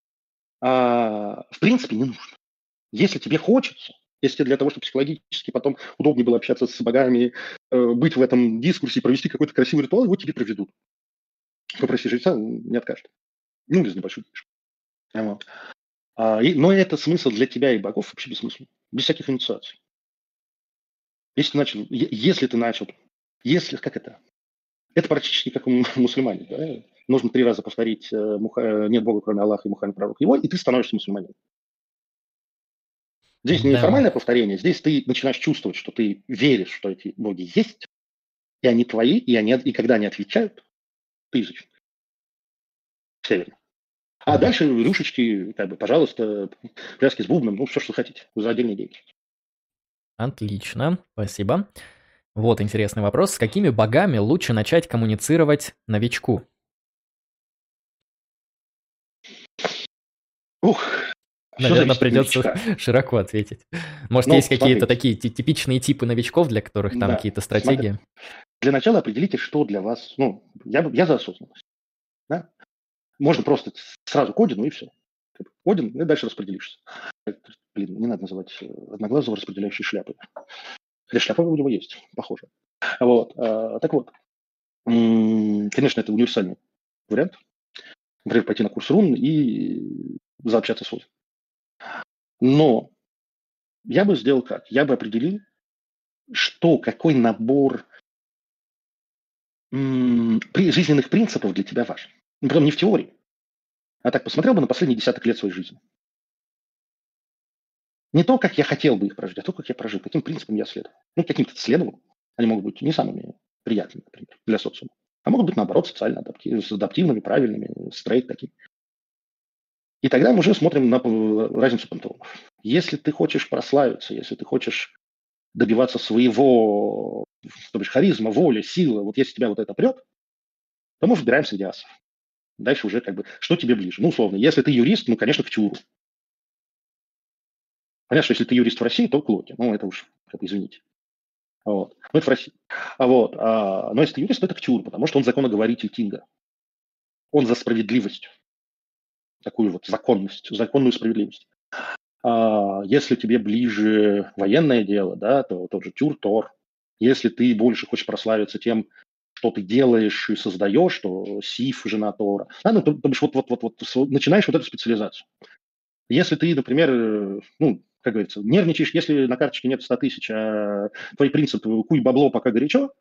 В принципе, не нужно. Если тебе хочется, если для того, чтобы психологически потом удобнее было общаться с богами, быть в этом дискурсе, провести какой-то красивый ритуал, его тебе проведут. Попроси жреца, не откажет. Ну, без небольшой денежки. Вот. Но это смысл для тебя и богов вообще бессмыслен. Без всяких инициаций. Если как это? Это практически как у мусульмане. Да? Нужно 3 раза повторить «Нет Бога, кроме Аллаха, и Мухаммед пророк его», и ты становишься мусульманином. Здесь не Да, формальное повторение, здесь ты начинаешь чувствовать, что ты веришь, что эти боги есть, и они твои, и когда они отвечают, ты язычник. Все верно. А да. дальше рюшечки, пожалуйста, пляски с бубном, все, что хотите, за отдельные деньги. Отлично, спасибо. Вот интересный вопрос. С какими богами лучше начать коммуницировать новичку? Ух, все Наверное, зависит от придется новичка. широко ответить. Может, есть Ну, какие-то смотрите, такие типичные типы новичков, для которых там да, какие-то смотрите. стратегии? Для начала определите, что для вас, я за осознанность. Да? Можно просто сразу к Одину и все. Один, и дальше распределишься. Не надо называть одноглазого распределяющей шляпой. Хотя шляпа у него есть, похоже. Вот. Так вот, конечно, это универсальный вариант. Например, пойти на курс рун и заобщаться с Одином. Но я бы сделал как? Я бы определил, какой набор жизненных принципов для тебя важен. Ну, притом не в теории, а так посмотрел бы на последние десяток лет своей жизни. Не то, как я хотел бы их прожить, а то, как я прожил, каким принципам я следовал. Ну, каким-то следовал. Они могут быть не самыми приятными, например, для социума. А могут быть, наоборот, социально адаптивными, правильными, стрейт такими. И тогда мы уже смотрим на разницу пантеонов. Если ты хочешь прославиться, если ты хочешь добиваться своего, то бишь харизма, воли, силы, вот если тебя вот это прет, то мы выбираем среди асов. Дальше уже что тебе ближе? Ну, условно, если ты юрист, конечно, к Тюру. Понятно, что если ты юрист в России, то к Локи. Ну, это уж, извините. Вот. Ну, это в России. Но если ты юрист, то это к Тюру, потому что он законоговоритель Кинга. Он за справедливость. Такую вот законность, законную справедливость. Если тебе ближе военное дело, да, то тот же Тюр, Тор. Если ты больше хочешь прославиться тем, что ты делаешь и создаешь, то Сиф, жена Тора. То бишь начинаешь вот эту специализацию. Если ты, например, как говорится, нервничаешь, если на карточке нет 100 тысяч, а твой принцип «куй бабло, пока горячо»,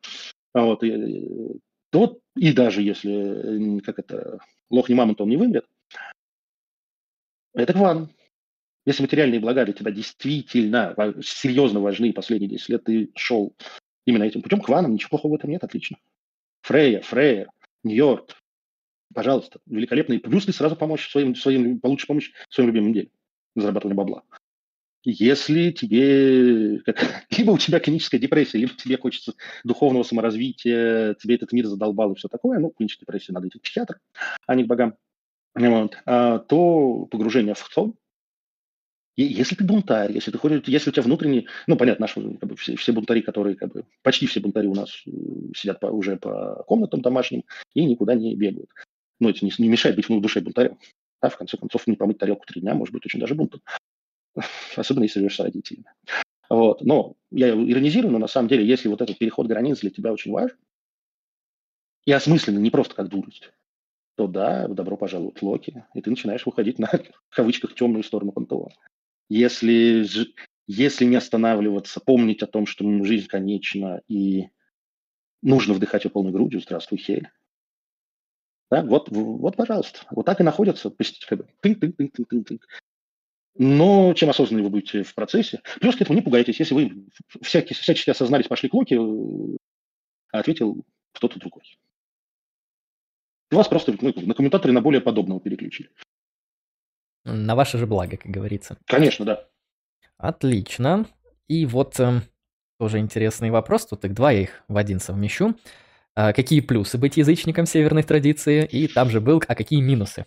то и даже если, лох не мамонт, он не вымрет, это к вам. Если материальные блага для тебя действительно серьезно важны, последние 10 лет ты шел именно этим путем, к ванам, ничего плохого в этом нет, отлично. Фрейя, Нью-Йорк, пожалуйста, великолепно. И плюс ты сразу получишь помощь своим любимым делом, зарабатывание бабла. Если тебе, либо у тебя клиническая депрессия, либо тебе хочется духовного саморазвития, тебе этот мир задолбал и все такое, ну, клиническая депрессия надо идти к психиатру, а не к богам, вот, то погружение в сон, и если ты бунтарь, если если у тебя внутренний, ну, понятно, все бунтари, которые, почти все бунтари у нас сидят уже по комнатам домашним и никуда не бегают. Но это не мешает быть в душе бунтарем. Да, в конце концов, не помыть тарелку 3 дня может быть очень даже бунтом. Особенно если живешь с родителями. Вот. Но я иронизирую, но на самом деле, если вот этот переход границ для тебя очень важен, и осмысленно, не просто как дурость, то да, добро пожаловать в Локи, и ты начинаешь выходить на, в кавычках, темную сторону пантеона. Если, если не останавливаться, помнить о том, что жизнь конечна, и нужно вдыхать ее полной грудью, здравствуй, Хель. Да, вот, пожалуйста. Вот так и находятся как бы, тынк-тынк-тынк-тынк-тынк. Но чем осознаннее вы будете в процессе, плюс к этому не пугайтесь, если вы всячески осознались, пошли к Локи, а ответил кто-то другой. Вас просто на комментаторе на более подобного переключили. На ваше же благо, как говорится. Конечно, да. Отлично. И вот тоже интересный вопрос. Тут их два, я их в один совмещу. Какие плюсы быть язычником северной традиции? И там же был, а какие минусы?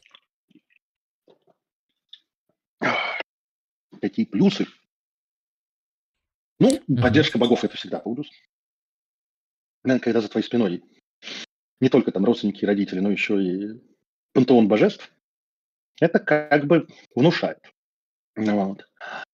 Какие плюсы? Ну, поддержка богов – это всегда плюс. Когда за твоей спиной не только там родственники и родители, но еще и пантеон божеств, это как бы внушает. Вот.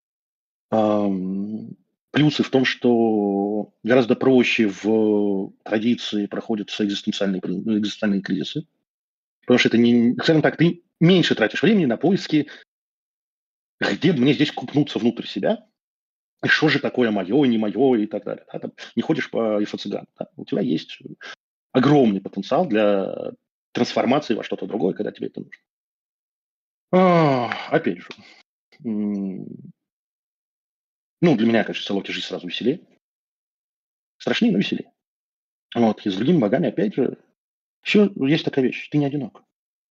Плюсы в том, что гораздо проще в традиции проходятся экзистенциальные кризисы. Потому что это, скажем так, ты меньше тратишь времени на поиски, где мне здесь купнуться внутрь себя, и что же такое мое, не мое и так далее. Да? Там не ходишь по инфо-цыгану. Да? У тебя есть огромный потенциал для трансформации во что-то другое, когда тебе это нужно. Опять же, ну, для меня, конечно, Локи жизнь сразу веселее. Страшнее, но веселее. Вот, и с другими богами, опять же, еще есть такая вещь. Ты не одинок.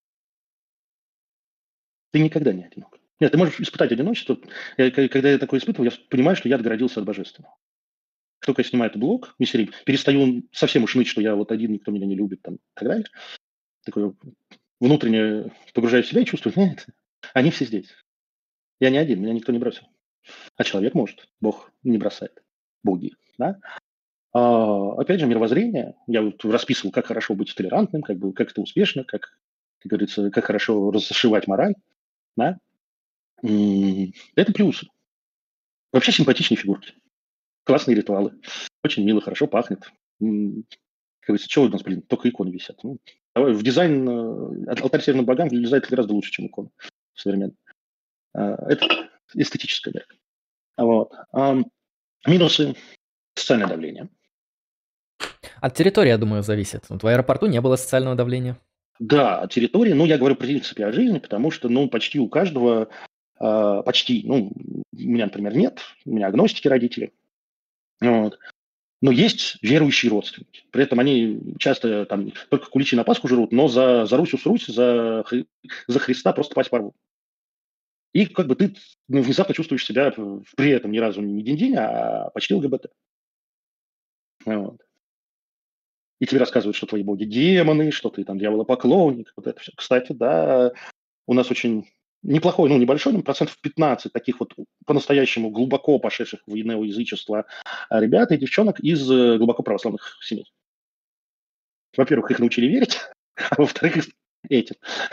Ты никогда не одинок. Нет, ты можешь испытать одиночество. Когда я такое испытываю, я понимаю, что я отгородился от божественного. Как только я снимаю этот блок, перестаю совсем уж ныть, что я вот один, никто меня не любит, там, и так далее. Такое внутренне погружаюсь в себя и чувствую, нет, они все здесь. Я не один, меня никто не бросил. А человек может, Бог не бросает. Боги, да? Опять же, мировоззрение. Я вот расписывал, как хорошо быть толерантным, как это успешно, как говорится, как хорошо разошивать мораль. Да? Это плюсы. Вообще симпатичные фигурки. Классные ритуалы. Очень мило, хорошо пахнет. Как говорится, что у нас, только иконы висят. Ну, в дизайн алтарь северным богам влезает гораздо лучше, чем иконы современные. Это эстетическая мерка. Вот. Минусы – социальное давление. От территории, я думаю, зависит. Вот в аэропорту не было социального давления. Да, от территории. Ну, я говорю, в принципе, о жизни, потому что, ну, почти у каждого, ну, у меня, например, нет, у меня агностики родители. Вот. Но есть верующие родственники. При этом они часто там только куличи на Пасху жрут, но за Русь Русь, за Христа просто пасть порвут. И как бы ты внезапно чувствуешь себя при этом ни разу не день-день, а почти ЛГБТ. Вот. И тебе рассказывают, что твои боги демоны, что ты там дьяволопоклонник. Вот это все. Кстати, да, у нас очень неплохой, ну, небольшой, но 15% таких вот по-настоящему глубоко пошедших в неоязычество ребят и девчонок из глубоко православных семей. Во-первых, их научили верить, а во-вторых, этим.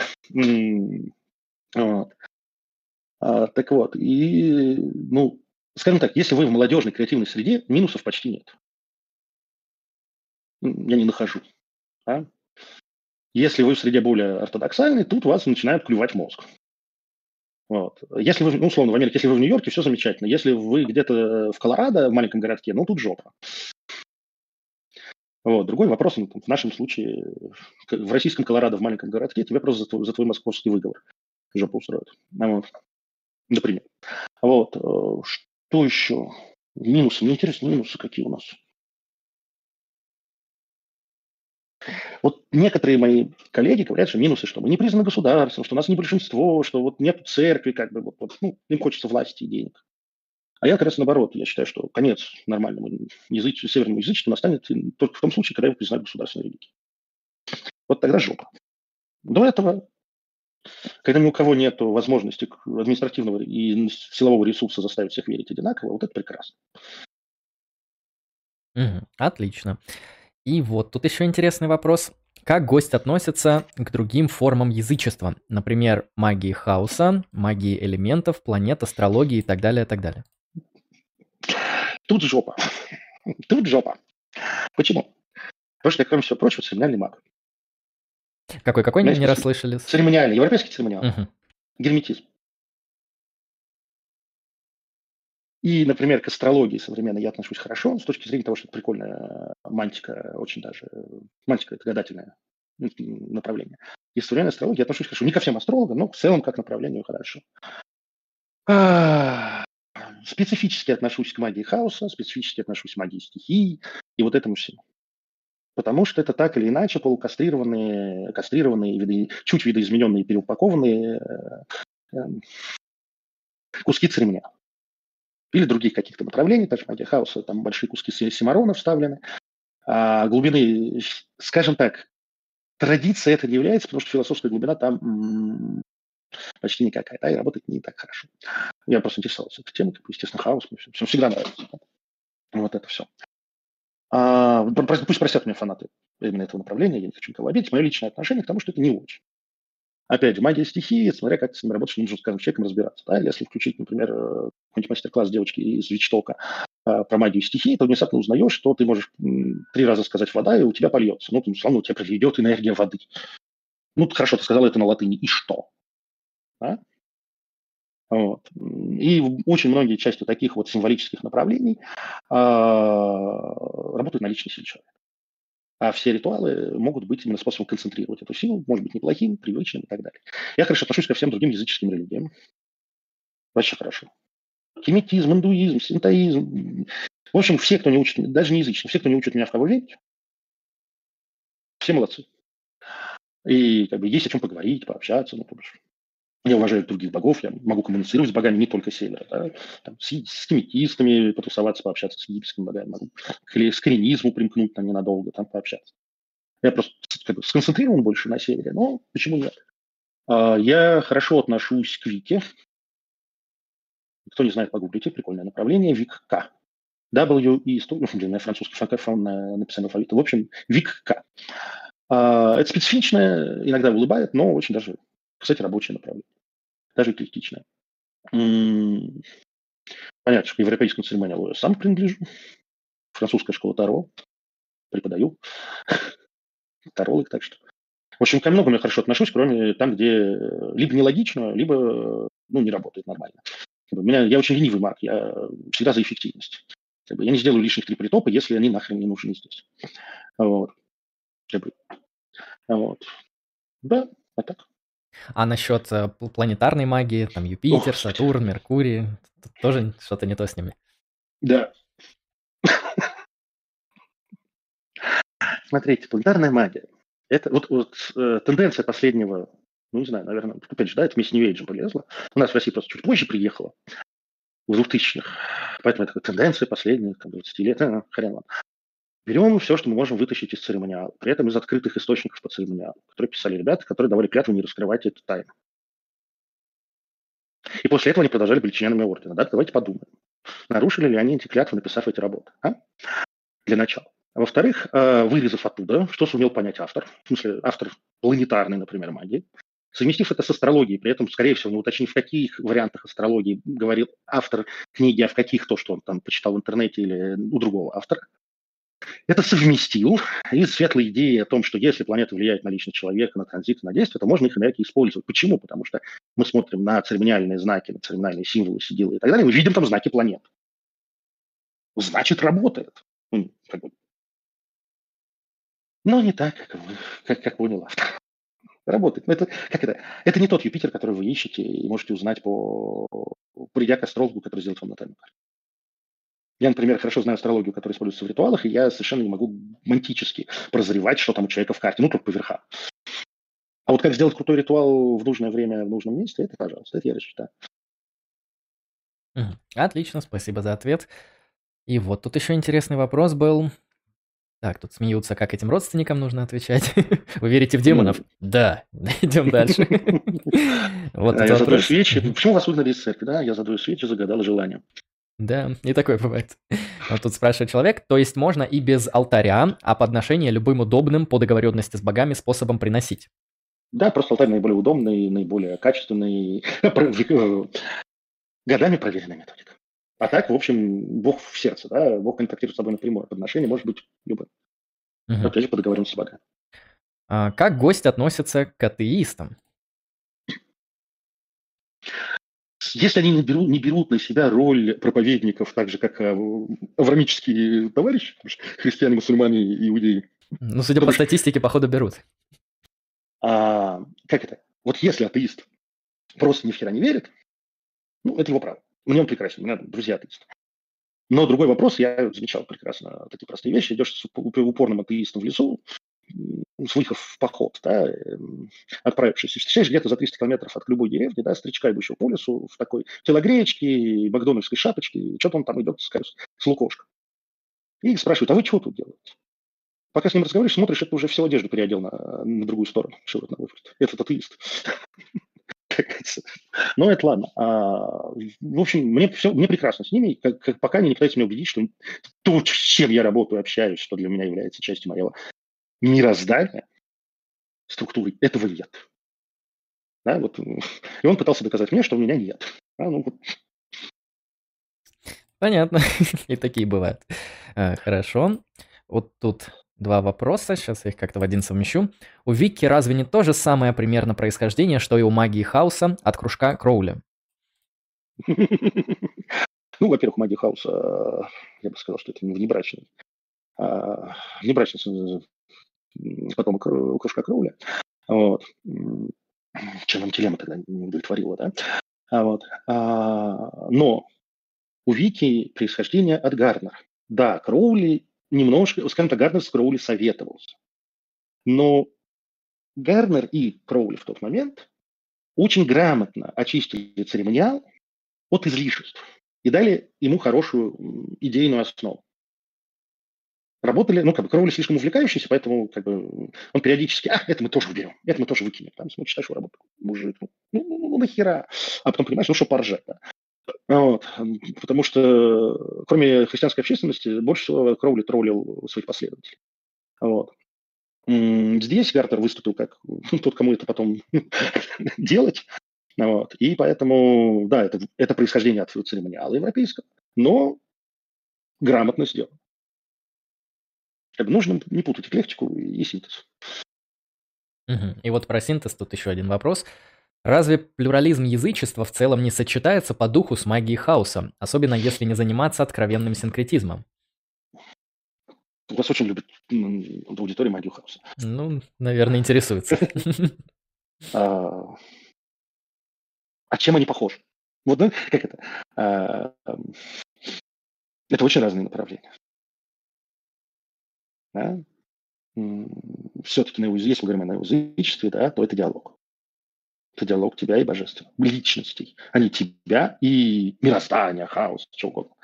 Вот. Так вот, и, ну, скажем так, если вы в молодежной креативной среде, минусов почти нет. Я не нахожу. Да? Если вы в среде более ортодоксальной, тут вас начинают клювать мозг. Вот. Если вы, ну, условно, в Америке, если вы в Нью-Йорке, все замечательно. Если вы где-то в Колорадо, в маленьком городке, ну, тут жопа. Вот. Другой вопрос, ну, в нашем случае, в российском Колорадо, в маленьком городке, тебе просто за твой московский выговор жопу устроят. Вот. например. Вот. Что еще? Минусы. Мне интересно, минусы какие у нас. Вот некоторые мои коллеги говорят, что минусы, что мы не признаны государством, что у нас не большинство, что вот нет церкви, как бы, ну, им хочется власти и денег. А я как раз наоборот, я считаю, что конец нормальному северному язычеству настанет только в том случае, когда его признают государственной религией. Вот тогда жопа. До этого, когда ни у кого нет возможности административного и силового ресурса заставить всех верить одинаково, вот это прекрасно. Отлично. И вот тут еще интересный вопрос. Как гость относится к другим формам язычества? Например, магии хаоса, магии элементов, планет, астрологии и так далее, и так далее. Тут жопа. Тут жопа. Почему? Потому что я, кроме всего прочего, церемониальный маг. Какой? Не расслышали. Церемониальный, европейский церемониал. Мгм. Герметизм. И, например, к астрологии современной я отношусь хорошо, с точки зрения того, что это прикольная мантика, очень даже. Мантика – это гадательное направление. И к современной астрологии я отношусь хорошо. Не ко всем астрологам, но в целом как направлению хорошо. Специфически отношусь к магии хаоса, специфически отношусь к магии стихий и вот этому всему. Потому что это так или иначе полукастрированные, чуть видоизмененные, переупакованные куски церемониала. Или других каких-то направлений, даже магия хаоса, там большие куски симарона вставлены. А глубины, скажем так, традиция это не является, потому что философская глубина там почти никакая, да, и работает не так хорошо. Я просто интересовался этой темой, естественно, хаос, мне всегда нравится. Вот это все. Пусть простят меня фанаты именно этого направления, я не хочу никого обидеть. Мое личное отношение к тому, что это не очень. Опять же, магия стихии, смотря как ты с ним работаешь, нужно, скажем, с человеком разбираться. Да? Если включить, например, какой-нибудь мастер-класс девочки из Вичтока про магию стихии, то внезапно узнаешь, что ты можешь 3 раза сказать «вода», и у тебя польется. Ну, условно, у тебя приведет энергия воды. Ну, хорошо, ты сказал это на латыни, и что? Да? Вот. И очень многие части таких вот символических направлений работают на личной силе человека. А все ритуалы могут быть именно способом концентрировать эту силу, может быть, неплохим, привычным и так далее. Я хорошо отношусь ко всем другим языческим религиям. Вообще хорошо. Химитизм, индуизм, синтоизм. В общем, все, кто не учит, даже не язычник, все, кто не учит меня в кого верить, все молодцы. И как бы есть о чем поговорить, пообщаться. Ну, я уважаю других богов, я могу коммуницировать с богами не только севера. Да? Там, с химитистами потусоваться, пообщаться с египетскими богами. Могу к коренизму примкнуть там ненадолго, там пообщаться. Я просто как бы сконцентрирован больше на севере, но почему нет? Я хорошо отношусь к Вике. Кто не знает, погуглите, прикольное направление. ВИК-К. W и на французский написание алфавита. В общем, ВИК-К. Это специфичное, иногда улыбает, но очень даже, кстати, рабочее направление. Даже критичное. Понятно, что к европейскому церемониалу я сам принадлежу. Французская школа Таро. Преподаю. Таролог, так что. В общем, ко многому я хорошо отношусь, кроме там, где либо нелогично, либо не работает нормально. Я очень ленивый маг, я всегда за эффективность. Я не сделаю лишних 3 притопа, если они нахрен не нужны здесь. Вот. Вот. Да, а так. А насчет планетарной магии, там Юпитер, Господи. Сатурн, Меркурий, тут тоже что-то не то с ними? Да. Смотрите, планетарная магия. Это тенденция последнего, не знаю, наверное, опять же, да, это вместе с New Age полезло. У нас в России просто чуть позже приехала, в 2000-х. Поэтому это тенденция последних 20 лет. Хрен вам. Берем все, что мы можем вытащить из церемониала, при этом из открытых источников по церемониалу, которые писали ребята, которые давали клятву не раскрывать эту тайну. И после этого они продолжали быть членами ордена. Да? Давайте подумаем, нарушили ли они эти клятвы, написав эти работы. Для начала. А во-вторых, вырезав оттуда, что сумел понять автор, в смысле автор планетарной, например, магии, совместив это с астрологией, при этом, скорее всего, не уточнив, в каких вариантах астрологии говорил автор книги, а в каких то, что он там почитал в интернете или у другого автора, это совместил, и светлая идея о том, что если планета влияет на личность человека, на транзит, на действие, то можно их энергии использовать. Почему? Потому что мы смотрим на церемониальные знаки, на церемониальные символы, сигилы и так далее, мы видим там знаки планет. Значит, работает. Но не так, как понял автор. Работает. Но это, как это не тот Юпитер, который вы ищете и можете узнать придя к астрологу, который сделает вам натальную карту. Я, например, хорошо знаю астрологию, которая используется в ритуалах, и я совершенно не могу мантически прозревать, что там у человека в карте, ну, только по верхам. А вот как сделать крутой ритуал в нужное время, в нужном месте, это, пожалуйста, это я рассчитаю. Отлично, спасибо за ответ. И вот тут еще интересный вопрос был. Так, тут смеются, как этим родственникам нужно отвечать. Вы верите в демонов? Да. Идем дальше. Вот тут Я задую вопрос. свечи. Почему вас выгнали из церкви? Да, я задую свечи, загадал желание. Да, и такое бывает. Вот тут спрашивает человек, то есть можно и без алтаря, а подношение любым удобным по договоренности с богами способом приносить? Да, просто алтарь наиболее удобный, наиболее качественный, годами проверенная методика. А так, в общем, Бог в сердце, да, Бог контактирует с тобой напрямую. Подношение может быть любым. Мгм. Опять же, по договоренности с богами. Как гость относится к атеистам? Если они не берут на себя роль проповедников, так же, как аврамические товарищи, христиане, мусульмане, иудеи, Ну, судя по статистике, походу берут. как это? Вот если атеист просто ни в хера не верит, ну, это его право. Мне он прекрасен, у меня друзья атеисты. Но другой вопрос, я замечал прекрасно такие простые вещи. Идешь с упорным атеистом в лесу, с выехав в поход, да, отправившись, и встречаешь где-то за 300 километров от любой деревни, да, старичка, идущего по лесу, в такой телогречке, макдональдской шапочке, что-то он там идет, скажем, с лукошком. И спрашивают, а вы чего тут делаете? Пока с ним разговариваешь, смотришь, это уже всю одежду переодел на другую сторону, шиворот на выворот. Этот атеист. Но это ладно. В общем, мне прекрасно с ними, пока они не пытаются меня убедить, что то, с чем я работаю, общаюсь, что для меня является частью моего мироздания, структуры, этого нет. Да, вот. И он пытался доказать мне, что у меня нет. Вот. Понятно, и такие бывают. Хорошо. Вот тут два вопроса, сейчас я их как-то в один совмещу. У Вики разве не то же самое примерно происхождение, что и у магии хаоса от кружка Кроули? Ну, во-первых, магия хаоса, я бы сказал, что это внебрачный. Внебрачный потомок кружка Кроуля. Вот. Чем нам телема тогда не удовлетворила, да? Но у Вики происхождение от Гарнера. Да, Кроули немножко, скажем так, Гарнер с Кроули советовался. Но Гарнер и Кроули в тот момент очень грамотно очистили церемониал от излишеств и дали ему хорошую идейную основу. Работали, Кроули слишком увлекающийся, поэтому он периодически, это мы тоже уберем, это мы тоже выкинем. Там смотришь, работа, мужик, нахера. А потом понимаешь, что поржать, да. Вот. Потому что, кроме христианской общественности, больше всего Кроули троллил своих последователей. Вот. Здесь Гартер выступил как тот, кому это потом делать. Вот. И поэтому, да, это происхождение от церемониала европейского, но грамотно сделано. Нужно не путать эклектику и синтез. И вот про синтез тут еще один вопрос. Разве плюрализм язычества в целом не сочетается по духу с магией хаоса, особенно если не заниматься откровенным синкретизмом? У вас очень любят аудитория магию хаоса. Ну, наверное, интересуется. А чем они похожи? Вот, как это? Это очень разные направления. Да? Все-таки, если мы говорим о язычестве, да, то это диалог. Это диалог тебя и божественного, личностей, а не тебя и мироздания, хаос, что угодно.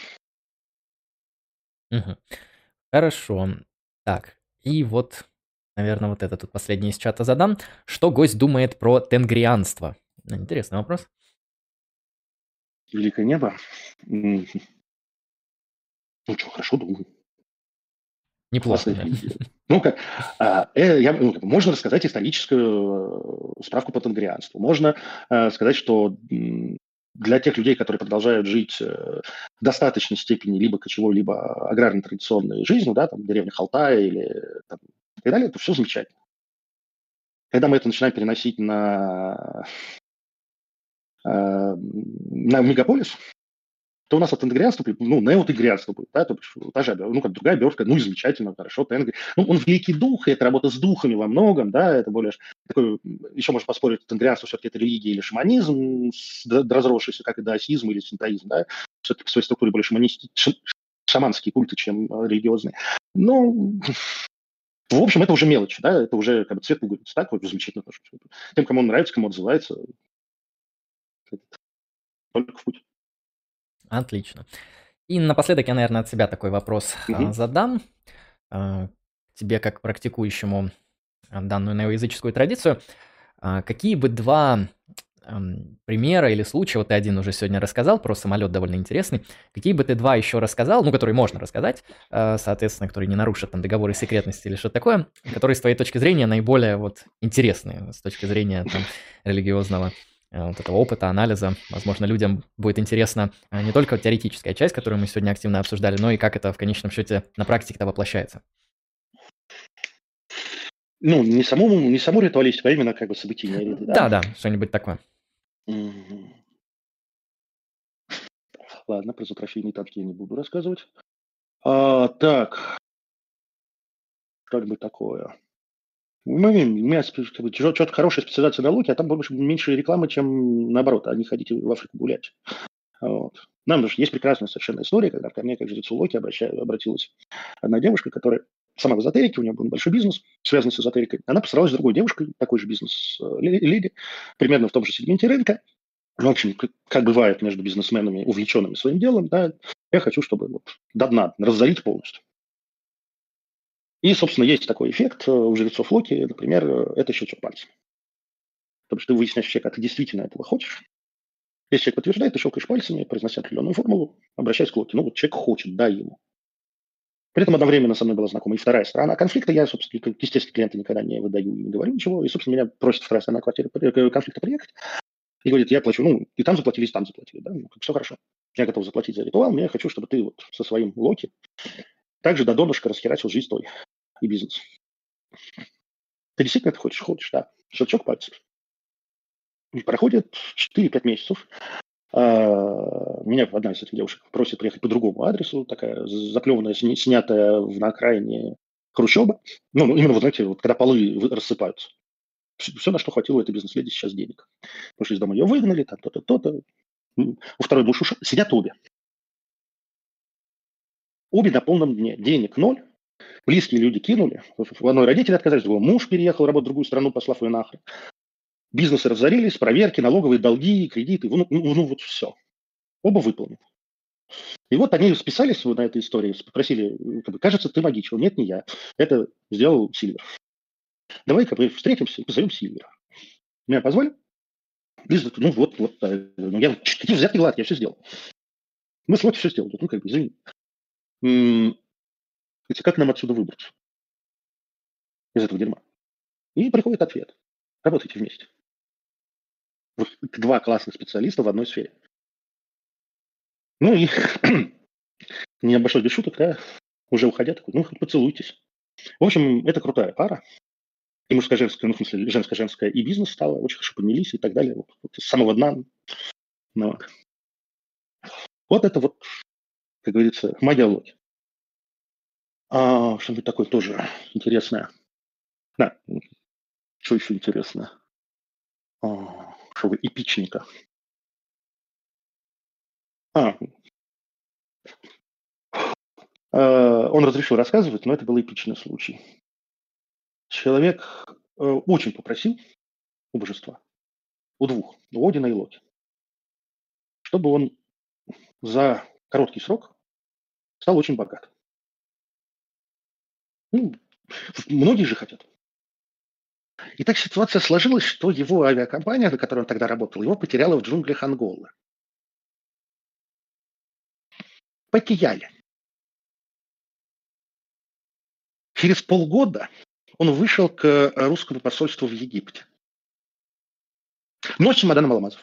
Хорошо. Так, и вот, наверное, вот это тут последний из чата задам. Что гость думает про тенгрианство? Интересный вопрос. Великое небо. Ну что, хорошо думаю. Неплохо, да. Можно рассказать историческую справку по тенгрианству. Можно сказать, что для тех людей, которые продолжают жить в достаточной степени либо кочевой, либо аграрно-традиционной жизнью, да, там, в деревнях Алтая или и так далее, это все замечательно. Когда мы это начинаем переносить на мегаполис, то у нас от тенгрианства, неотегрианство будет, да, то бишь, та же, как другая обертка, замечательно, хорошо, тенгри. Он великий дух, и это работа с духами во многом, да, это более такой, еще можно поспорить, тенгрианство все-таки это религия или шаманизм, разросшийся, как и даосизм или синтоизм, да, все-таки в своей структуре более шаманские культы, чем религиозные. Ну, в общем, это уже мелочь, да, это уже как бы цвет пуговиц, так, вот замечательно тоже. Тем, кому он нравится, кому отзывается, только в путь. Отлично. И напоследок я, наверное, от себя такой вопрос задам. Тебе, как практикующему данную неоязыческую традицию, какие бы два примера или случая, вот ты один уже сегодня рассказал, про самолет довольно интересный, какие бы ты два еще рассказал, которые можно рассказать, соответственно, которые не нарушат там договоры секретности или что-то такое, которые с твоей точки зрения наиболее вот интересные с точки зрения там религиозного вот этого опыта, анализа. Возможно, людям будет интересна не только теоретическая часть, которую мы сегодня активно обсуждали, но и как это в конечном счете на практике-то воплощается. Не саму ритуалистику, а именно как бы событийные ряды, да? Да, что-нибудь такое. Ладно, про затрофейные танки я не буду рассказывать. Так, что-нибудь такое. У меня что-то хорошая специализация на луке, а там больше меньше рекламы, чем наоборот, а не ходите в Африку гулять. Вот. Нам же есть прекрасная совершенно история, когда ко мне, как жрецу Локи, обратилась одна девушка, которая сама в эзотерике, у нее был небольшой бизнес, связанный с эзотерикой. Она постаралась с другой девушкой, такой же бизнес-леди, примерно в том же сегменте рынка. В общем, как бывает между бизнесменами, увлеченными своим делом, да, я хочу, чтобы до дна разорить полностью. И, собственно, есть такой эффект у жрецов Локи, например, это щелчок пальцем. Потому что ты выясняешь человека, а ты действительно этого хочешь. Если человек подтверждает, ты щелкаешь пальцами, произнося определенную формулу, обращаясь к Локи. Человек хочет, дай ему. При этом одновременно со мной была знакома и вторая сторона конфликта. Я, собственно, естественно, клиента никогда не выдаю и не говорю ничего. И, собственно, меня просит вторая сторона конфликта приехать. И говорит, я плачу, и там заплатили, и там заплатили. Да? Все хорошо. Я готов заплатить за ритуал, но я хочу, чтобы ты со своим Локи также до донышка расхерачил жизнь твой и бизнес. Ты действительно это хочешь? Хочешь, да. Щелчок пальцев. И проходит 4-5 месяцев. Меня одна из этих девушек просит приехать по другому адресу, такая заплеванная, снятая на окраине хрущоба. Именно, знаете, когда полы рассыпаются. Все, на что хватило у этой бизнес-леди сейчас денег. Потому что из дома ее выгнали, там то-то, то-то. У второй муж ушел. Сидят обе. Обе на полном дне. Денег ноль. Близкие люди кинули. В одной родители отказались, другой муж переехал работать в другую страну, послав ее нахрен. Бизнесы разорились, проверки, налоговые долги, кредиты. Все. Оба выполнены. И они списались на этой истории, попросили, кажется, ты магичил. Нет, не я. Это сделал Сильвер. Давай-ка мы встретимся и позовем Сильвера. Меня позвали? Лиза, я какие взятки гладкие, я все сделал. Мы с Локи все сделали. Извини. Как нам отсюда выбраться? Из этого дерьма. И приходит ответ. Работайте вместе. Два классных специалиста в одной сфере. И не обошлось без шуток, да, уже уходя, такой, хоть поцелуйтесь. В общем, это крутая пара. И мужско-женская, в смысле, женско-женская, и бизнес стало, очень хорошо поднялись и так далее. С самого дна. Это как говорится, магия Локи. Что-нибудь такое тоже интересное. Да, что еще интересное? Что вы, эпичненько. Он разрешил рассказывать, но это был эпичный случай. Человек очень попросил у божества, у двух, у Одина и Локи, чтобы он за короткий срок стал очень богат. Многие же хотят. И так ситуация сложилась, что его авиакомпания, на которой он тогда работал, его потеряла в джунглях Анголы. Потеряли. Через полгода он вышел к русскому посольству в Египте. Но с чемоданом алмазов.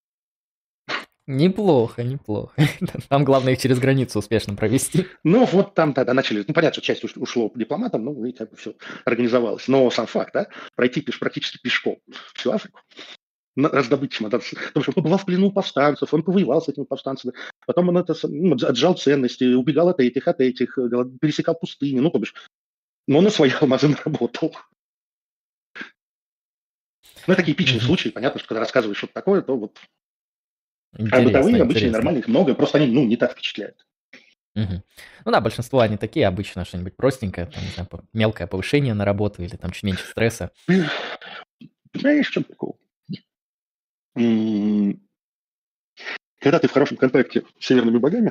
Неплохо. Там главное их через границу успешно провести. Там тогда начали, понятно, что часть ушло дипломатам, и все организовалось. Но сам факт, да, пройти практически пешком всю Африку. раздобыть чемодан. Потому что он побывал в плену у повстанцев, он повоевал с этими повстанцами, потом он отжал ценности, убегал от этих, пересекал пустыни, ну, то бишь, но он на свои алмазы наработал. Ну, такие эпичные случаи, понятно, что когда рассказываешь что-то такое, то вот... А бытовые, обычные, нормальные, их много, просто они, не так впечатляют. Ну да, большинство они такие, обычно что-нибудь простенькое, там, не знаю, мелкое повышение на работу или там чуть меньше стресса. Знаешь, в чем прикол? Когда ты в хорошем контакте с северными богами,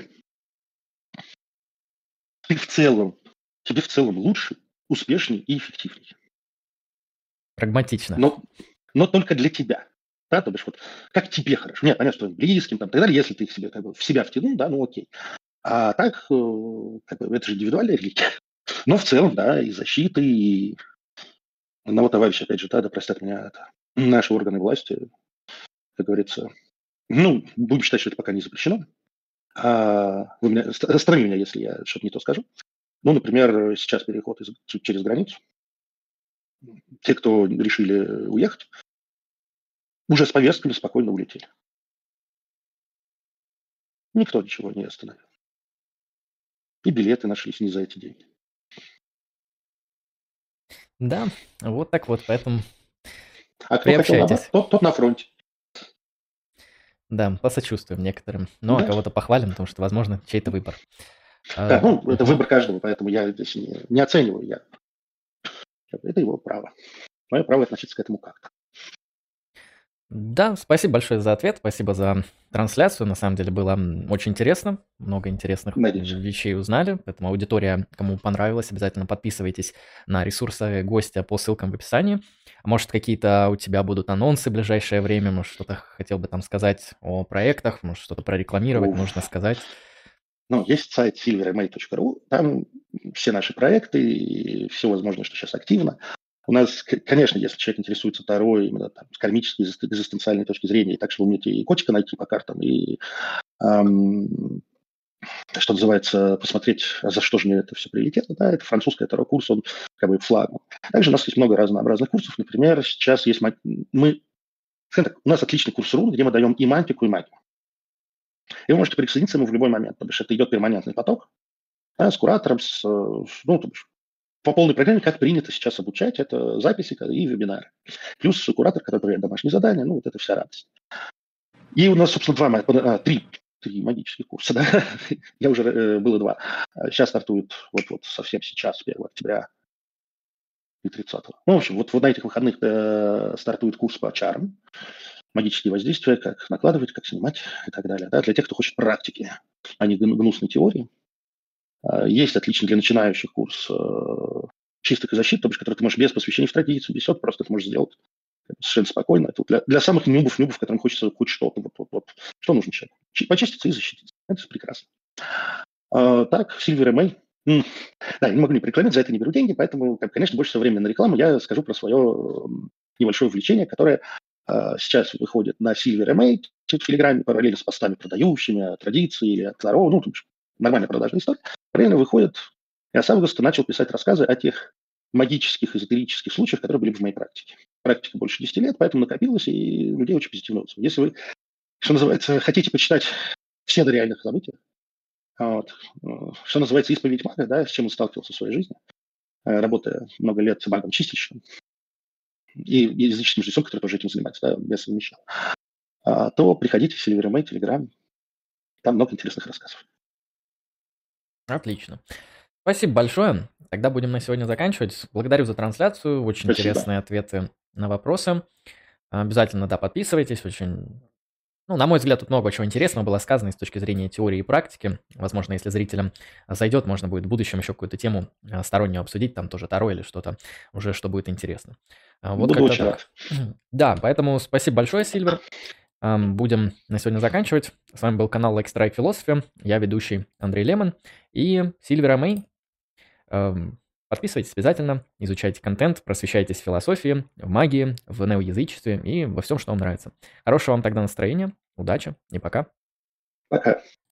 тебе в целом лучше, успешнее и эффективнее. Прагматично. Но только для тебя. Да, то бишь, вот как тебе хорошо. Нет, понятно, что близким, там, так далее, если ты их себе, в себя втянул, да, ну окей. А так, это же индивидуальная религия. Но в целом, да, и защиты, и одного товарища, опять же, да простят меня наши органы власти, как говорится, будем считать, что это пока не запрещено. Вы меня, останови меня, если я что-то не то скажу. Ну, например, сейчас переход через границу. Те, кто решили уехать, уже с повестками спокойно улетели. Никто ничего не остановил. И билеты нашлись не за эти деньги. Да, вот так вот, поэтому А кто хотел назад, тот на фронте. Да, посочувствуем некоторым. Ну, а кого-то похвалим, потому что, возможно, чей-то выбор. Да, это выбор каждого, поэтому я здесь не оцениваю. Это его право. Мое право относиться к этому как-то. Да, спасибо большое за ответ, спасибо за трансляцию. На самом деле было очень интересно, много интересных вещей узнали. Поэтому аудитория, кому понравилось, обязательно подписывайтесь на ресурсы гостя по ссылкам в описании. Может, какие-то у тебя будут анонсы в ближайшее время, может, что-то хотел бы там сказать о проектах, может, что-то прорекламировать, нужно сказать. Есть сайт silverma.ru, там все наши проекты и все возможное, что сейчас активно. У нас, конечно, если человек интересуется Таро именно там, с кармической, экзистенциальной точки зрения, и так, что вы умеете и котика найти по картам, и, что называется, посмотреть, за что же мне это все прилетело, да, это французский Таро-курс, он как бы флагман. Также у нас есть много разнообразных курсов, например, сейчас есть у нас отличный курс РУН, где мы даем и мантику, и магию. И вы можете присоединиться ему в любой момент, потому что это идет перманентный поток, да, с куратором, по полной программе, как принято сейчас обучать, это записи и вебинары. Плюс куратор, который проверяет домашние задания, вот это вся радость. И у нас, собственно, три магических курса, да, я уже было 2. Сейчас стартует, вот совсем сейчас, 1 октября и 30-го. В общем, вот на этих выходных стартует курс по чарам, магические воздействия, как накладывать, как снимать и так далее. Да, для тех, кто хочет практики, а не гнусной теории. Есть отличный для начинающих курс чистых и защит, то бишь, который ты можешь без посвящения в традицию, без всего, просто ты можешь сделать совершенно спокойно. Это для самых нюбов, которым хочется хоть что-то. Вот. Что нужно человеку? Почиститься и защититься. Это прекрасно. Так, Silver MA. Да, я не могу не рекламировать, за это не беру деньги, поэтому, конечно, больше всего времени на рекламу я скажу про свое небольшое увлечение, которое сейчас выходит на Silver MA в Телеграме, параллельно с постами продающими, традиции или от Таро, нормальная продажная история. Параллельно выходит, я с августа начал писать рассказы о тех магических, эзотерических случаях, которые были в моей практике. Практика больше 10 лет, поэтому накопилось, и людей очень позитивно отзывы. Если вы, что называется, хотите почитать все до реальных событий, что называется, исповедь мага, да, с чем он сталкивался в своей жизни, работая много лет магом-чистильщиком и языческим жрецом, который тоже этим занимается, да, я совмещал, то приходите в Silver MA, Telegram, там много интересных рассказов. Отлично. Спасибо большое. Тогда будем на сегодня заканчивать. Благодарю за трансляцию, очень интересные ответы на вопросы. Обязательно, подписывайтесь. Очень, на мой взгляд, тут много чего интересного было сказано с точки зрения теории и практики. Возможно, если зрителям зайдет, можно будет в будущем еще какую-то тему стороннюю обсудить, там тоже Таро или что-то уже, что будет интересно. Вот буду очень рад. Да, поэтому спасибо большое, Сильвер. Будем на сегодня заканчивать. С вами был канал Like Strike Philosophy. Я ведущий Андрей Лемон и Silver MA. Подписывайтесь обязательно, изучайте контент, просвещайтесь в философии, в магии, в неоязычестве и во всем, что вам нравится. Хорошего вам тогда настроения, удачи и пока. Пока.